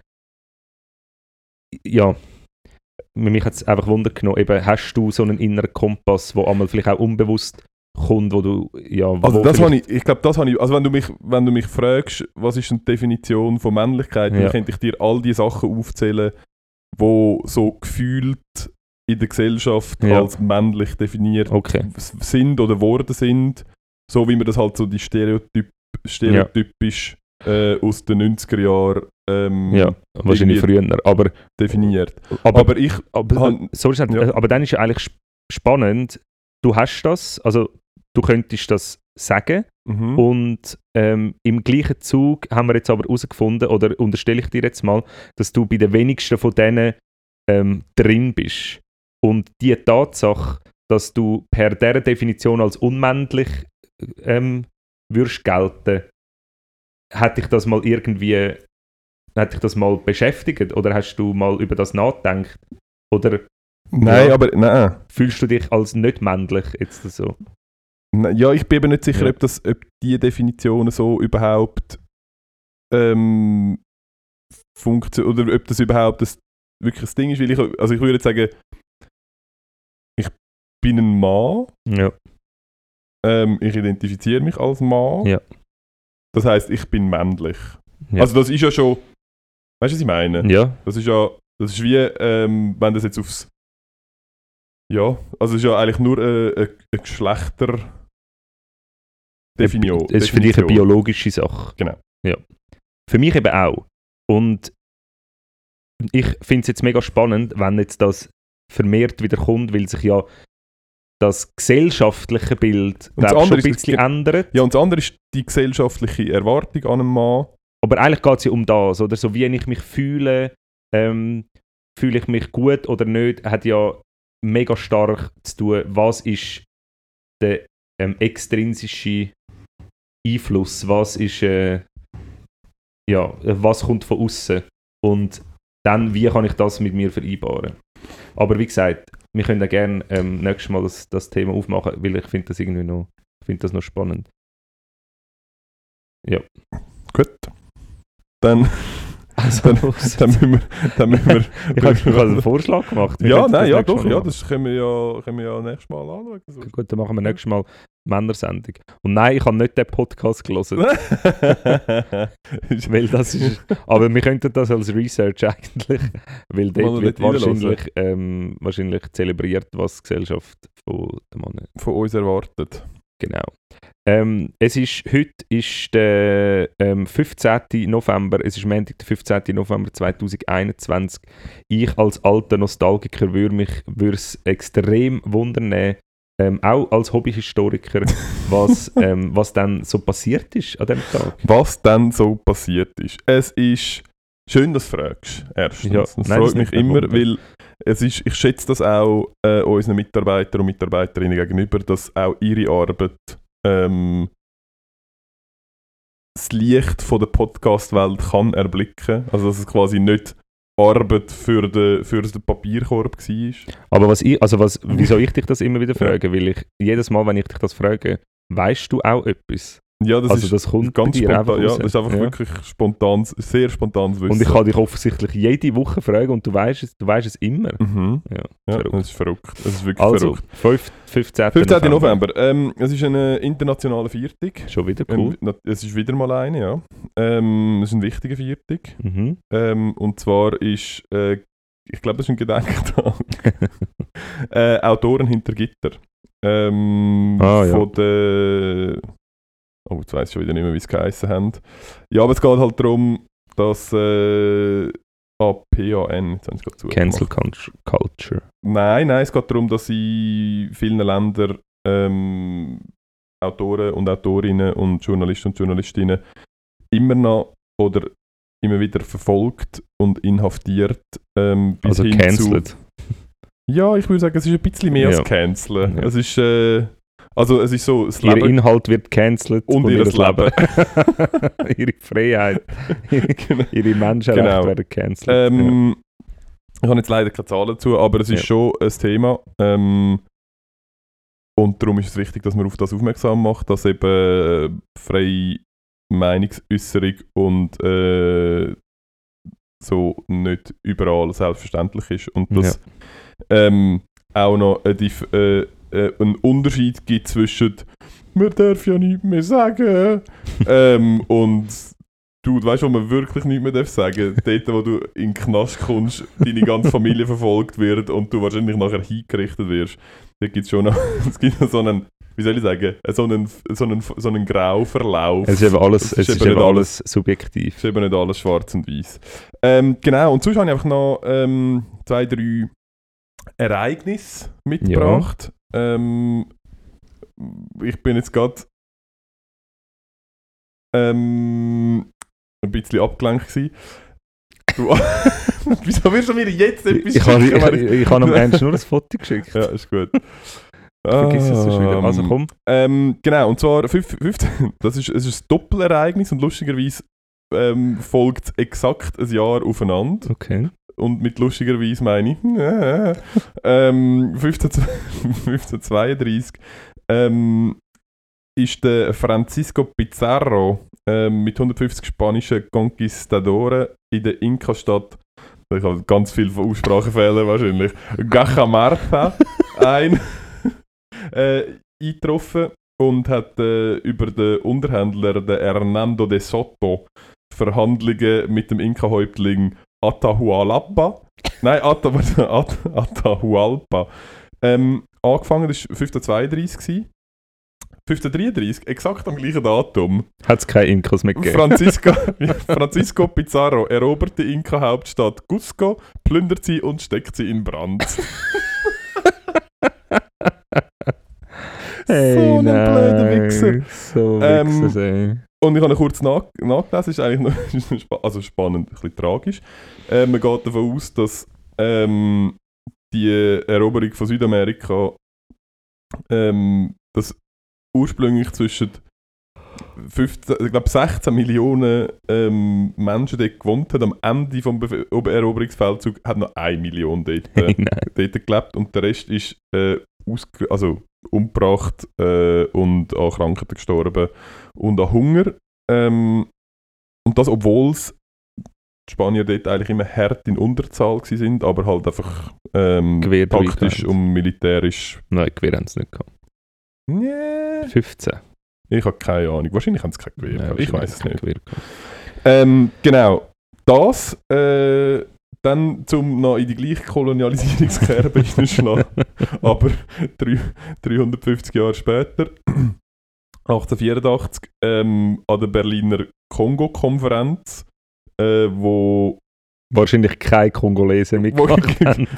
ja, mich hat es einfach Wunder genommen, eben, hast du so einen inneren Kompass, der einmal vielleicht auch unbewusst kommt, wo du, ja... Also ich glaube, das habe ich, also wenn du mich fragst, was ist eine Definition von Männlichkeit, dann könnte ich dir all die Sachen aufzählen, die so gefühlt in der Gesellschaft als männlich definiert sind oder geworden sind, so wie man das halt so die stereotypisch aus den 90er Jahren wahrscheinlich früher, aber definiert. Aber dann ist ja eigentlich spannend, du hast das, also du könntest das sagen und im gleichen Zug haben wir jetzt aber herausgefunden, oder unterstelle ich dir jetzt mal, dass du bei den wenigsten von denen drin bist. Und die Tatsache, dass du per dieser Definition als unmännlich würdest gelten, hat dich das mal beschäftigt oder hast du mal über das nachgedacht? Oder nein. Fühlst du dich als nicht männlich jetzt so? Ja, ich bin eben nicht sicher, ob diese Definitionen so überhaupt funktionieren oder ob das überhaupt wirklich das Ding ist. Weil ich würde jetzt sagen, ich bin ein Mann. Ja. Ich identifiziere mich als Mann. Ja. Das heisst, ich bin männlich. Ja. Also das ist ja schon... Weißt du, was ich meine? Ja. Das ist wie, wenn das jetzt aufs... Ja, also es ist ja eigentlich nur eine Geschlechterdefinition. Es ist für dich eine biologische Sache. Genau. Ja. Für mich eben auch. Und ich finde es jetzt mega spannend, wenn jetzt das vermehrt wieder kommt, weil sich ja das gesellschaftliche Bild schon ein bisschen ändert. Ja, und das andere ist die gesellschaftliche Erwartung an einen Mann. Aber eigentlich geht es ja um das, oder? So wie ich mich fühle, fühle ich mich gut oder nicht, hat ja mega stark zu tun, was ist der extrinsische Einfluss, was ist was kommt von außen und dann, wie kann ich das mit mir vereinbaren. Aber wie gesagt, wir können ja gerne nächstes Mal das Thema aufmachen, weil ich finde das irgendwie noch, spannend. Ja. Gut. Dann müssen wir ich habe einen Vorschlag gemacht. Ja, nein, ja doch, ja, das können wir ja nächstes Mal anschauen. So. Gut, dann machen wir nächstes Mal Männersendung. Und nein, ich habe nicht den Podcast gelesen. Weil das ist... Aber wir könnten das als Research eigentlich, weil dort wird wahrscheinlich zelebriert, was die Gesellschaft von den Männern von uns erwartet. Genau. Heute ist der 15. November, es ist Montag, der 15. November 2021. Ich als alter Nostalgiker würde es extrem wundern, auch als Hobbyhistoriker, was dann so passiert ist an diesem Tag. Was dann so passiert ist. Es ist schön, dass du fragst, erstens. Ja, Das nein, freut das mich nimmt mich immer, wunder. weil ich schätze das auch unseren Mitarbeitern und Mitarbeiterinnen gegenüber, dass auch ihre Arbeit das Licht von der Podcast-Welt kann erblicken. Also dass es quasi nicht Arbeit für den Papierkorb war. Aber wieso ich dich das immer wieder frage, weil ich jedes Mal, wenn ich dich das frage, weißt du auch etwas? Ja, Das kommt ganz bei dir spontan. einfach Ja, raus. das ist einfach wirklich sehr spontanes Wissen. Und ich kann dich offensichtlich jede Woche fragen und du weißt es immer. Mhm. Ja, Ja, verrückt. das ist verrückt. Das ist wirklich Also, verrückt. 15. 15. November. Es ist eine internationale Viertag. Schon wieder cool. Es ist wieder mal eine, ja. Es ist ein wichtiger Viertag. Mhm. Und zwar ist, ich glaube, das ist ein Gedenktag. Autoren hinter Gitter. Ja. Von der... Oh, jetzt weiss ich schon wieder nicht mehr, wie es geheissen haben. Ja, aber es geht halt darum, dass PAN, jetzt habe ich es gerade zugemacht. Cancel Culture. Nein, es geht darum, dass in vielen Ländern Autoren und Autorinnen und Journalisten und Journalistinnen immer noch oder immer wieder verfolgt und inhaftiert bis Also hin cancelled. Ja, ich würde sagen, es ist ein bisschen mehr als Ja. canceln. Ja. Es ist es ist so das Ihr Leben Inhalt wird cancelled und ihr Leben. Ihre Freiheit, Genau. ihre Menschenrechte Genau. werden cancelled. Ich habe jetzt leider keine Zahlen dazu, aber es ist Ja. schon ein Thema. Und darum ist es wichtig, dass man auf das aufmerksam macht, dass eben freie Meinungsäußerung und so nicht überall selbstverständlich ist. Und dass auch noch einen Unterschied gibt zwischen «Man darf ja nichts mehr sagen» und «Du weißt, wo man wirklich nichts mehr sagen darf?» Dort, wo du in den Knast kommst, deine ganze Familie verfolgt wird und du wahrscheinlich nachher hingerichtet wirst. Da gibt es schon noch, es gibt noch so einen, wie soll ich sagen, so einen Grauverlauf. Es ist eben alles, Es ist es ist eben eben nicht alles subjektiv. Es ist eben nicht alles schwarz und weiß. Genau, und sonst habe ich einfach noch 2, 3 Ereignisse mitgebracht. Ich bin jetzt gerade ein bisschen abgelenkt gewesen. Wieso wirst du mir jetzt etwas Ich habe am Ernst nur ein Foto geschickt. Ja, ist gut. Vergiss es sonst wieder. Also komm. Genau, und zwar 15. Es ist ein Doppelereignis und lustigerweise folgt exakt ein Jahr aufeinander. Okay. Und mit lustigerweise meine ich 1532 ist der Francisco Pizarro mit 150 spanischen Conquistadoren in der Inka-Stadt, ich habe ganz viel von Aussprachefehlern wahrscheinlich, Cajamarca eingetroffen und hat über den Unterhändler, den Hernando de Soto, Verhandlungen mit dem Inka-Häuptling Atahualpa angefangen. Das war 1532. 1533, exakt am gleichen Datum, Hat es keine Inkos mehr gegeben. Francisco Pizarro erobert die Inka-Hauptstadt Cusco, plündert sie und steckt sie in Brand. Hey, So ein blöder Wichser. So Wichser, ey. Und ich habe ihn kurz nachgelesen, ist eigentlich noch also spannend, ein bisschen tragisch. Man geht davon aus, dass die Eroberung von Südamerika dass ursprünglich zwischen 16 Millionen Menschen dort gewohnt hat. Am Ende des Eroberungsfeldzugs hat noch 1 Million dort gelebt und der Rest ist umgebracht und an Krankheiten gestorben und an Hunger. Und das, obwohl die Spanier dort eigentlich immer hart in Unterzahl waren, aber halt einfach taktisch und militärisch. Nein, Gewehr haben sie nicht gehabt. Nee. 15. Ich habe keine Ahnung. Wahrscheinlich haben sie kein Gewehr gehabt. Ich weiß es nicht. Genau. Das dann zum noch in die gleiche Kolonialisierungskerbe hineinschlagen. Aber 350 Jahre später 1884 an der Berliner Kongo-Konferenz, wo wahrscheinlich keine Kongolesen mitgemacht haben.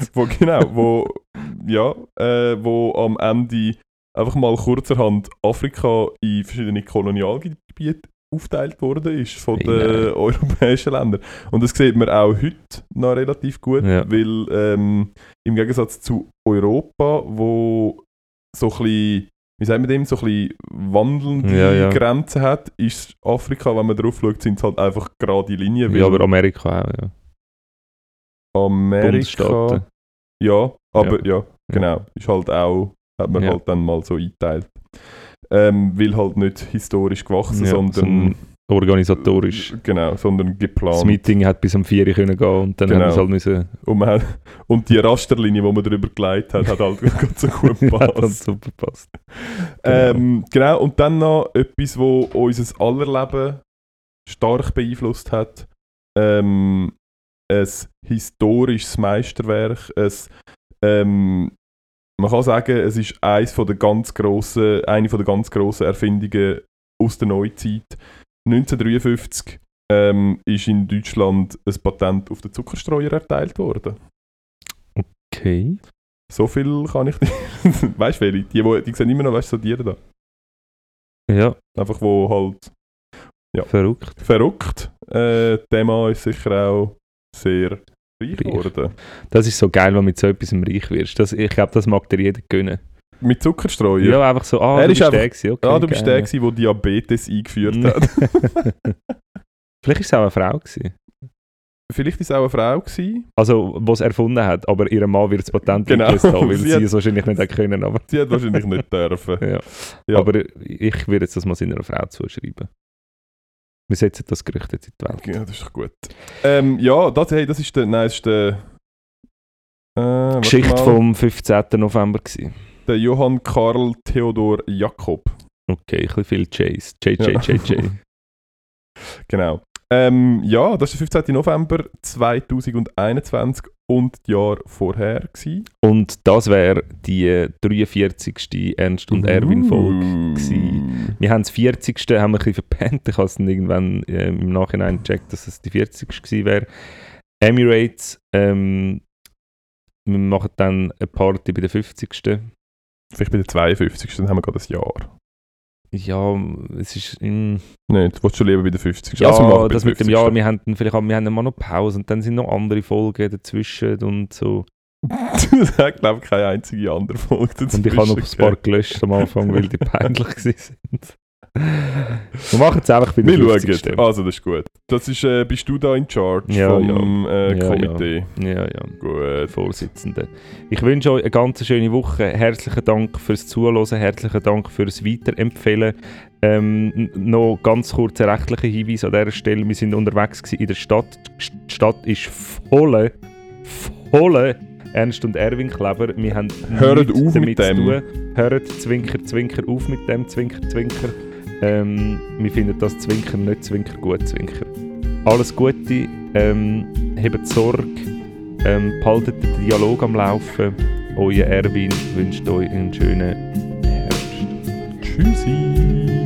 Wo am Ende einfach mal kurzerhand Afrika in verschiedene Kolonialgebiete aufgeteilt worden ist von den europäischen Ländern. Und das sieht man auch heute noch relativ gut, weil im Gegensatz zu Europa, wo so ein bisschen, wie sagen wir dem, so ein bisschen wandelnde Grenzen hat, ist Afrika, wenn man drauf schaut, sind es halt einfach gerade Linien. Ja, aber Amerika auch, ja. Amerika, ja, aber genau, ist halt auch, hat man halt dann mal so eingeteilt. Weil halt nicht historisch gewachsen, sondern organisatorisch. Genau, sondern geplant. Das Meeting hat bis um 4 Uhr gehen und dann haben wir es halt müssen... Und die Rasterlinie, die man darüber gelegt hat, hat halt ganz so gut gepasst. Hat halt super gepasst. Genau, und dann noch etwas, was unser aller Leben stark beeinflusst hat. Ein historisches Meisterwerk. Man kann sagen, es ist eine der ganz grossen Erfindungen aus der Neuzeit. 1953 ist in Deutschland ein Patent auf den Zuckerstreuer erteilt worden. Okay. So viel kann ich nicht. Weißt du, die sehen immer noch, weißt du, so Tiere da. Ja. Einfach wo halt. Ja. Verrückt. Der Mann ist sicher auch sehr reich geworden. Das ist so geil, wenn du mit so etwas reich wirst. Ich glaube, das mag dir jeder gönnen. Mit Zuckerstreuer? Ja, einfach so, du bist der gewesen. Okay, du bist der gewesen, der Diabetes eingeführt hat. Vielleicht war es auch eine Frau gewesen. Vielleicht war es auch eine Frau gewesen. Also, die es erfunden hat, aber ihr Mann wird das Patent eingelöst haben, weil sie es wahrscheinlich nicht hätte können. Aber sie hat wahrscheinlich nicht dürfen. Ja. Aber ich würde jetzt das mal seiner Frau zuschreiben. Wir setzen das Gerücht jetzt in die Welt. Ja, das ist doch gut. Das ist der Geschichte vom 15. November gewesen. Der Johann Karl Theodor Jakob. Okay, ein bisschen viel J's. JJJJ. Genau. Das ist der 15. November 2021 und das Jahr vorher gewesen. Und das wäre die 43. Ernst und Erwin Folge gewesen. Wir haben das 40. haben wir ein bisschen verpennt. Ich habe es dann irgendwann im Nachhinein gecheckt, dass es die 40. gewesen wäre. Emirates, wir machen dann eine Party bei der 50. Vielleicht bei der 52. Dann haben wir gerade ein Jahr. Ja, es ist... Nein, du willst schon lieber bei der 50. Ja, also das mit dem Jahr, wir haben mal noch Pause und dann sind noch andere Folgen dazwischen und so. Es hat, glaube ich, keine einzige andere Folge dazwischen. Und ich habe noch ein paar gelöscht am Anfang, weil die peinlich sind. Wir machen es einfach bei der 50. Schauen. Also, das ist gut. Das ist, bist du da in charge vom Komitee? Ja. Gut. Vorsitzende. Ich wünsche euch eine ganz schöne Woche. Herzlichen Dank fürs Zuhören, herzlichen Dank fürs Weiterempfehlen. Noch ganz kurz ein rechtlicher Hinweis an dieser Stelle. Wir sind unterwegs in der Stadt. Die Stadt ist voll Ernst und Erwin Kleber. Wir haben Hört auf damit mit dem. Zu tun. Hört Zwinker, Zwinker auf mit dem Zwinker, Zwinker. Wir finden das Zwinker nicht Zwinker gut Zwinker. Alles Gute, habt Sorge, behaltet den Dialog am Laufen. Euer Erwin wünscht euch einen schönen Herbst. Tschüssi!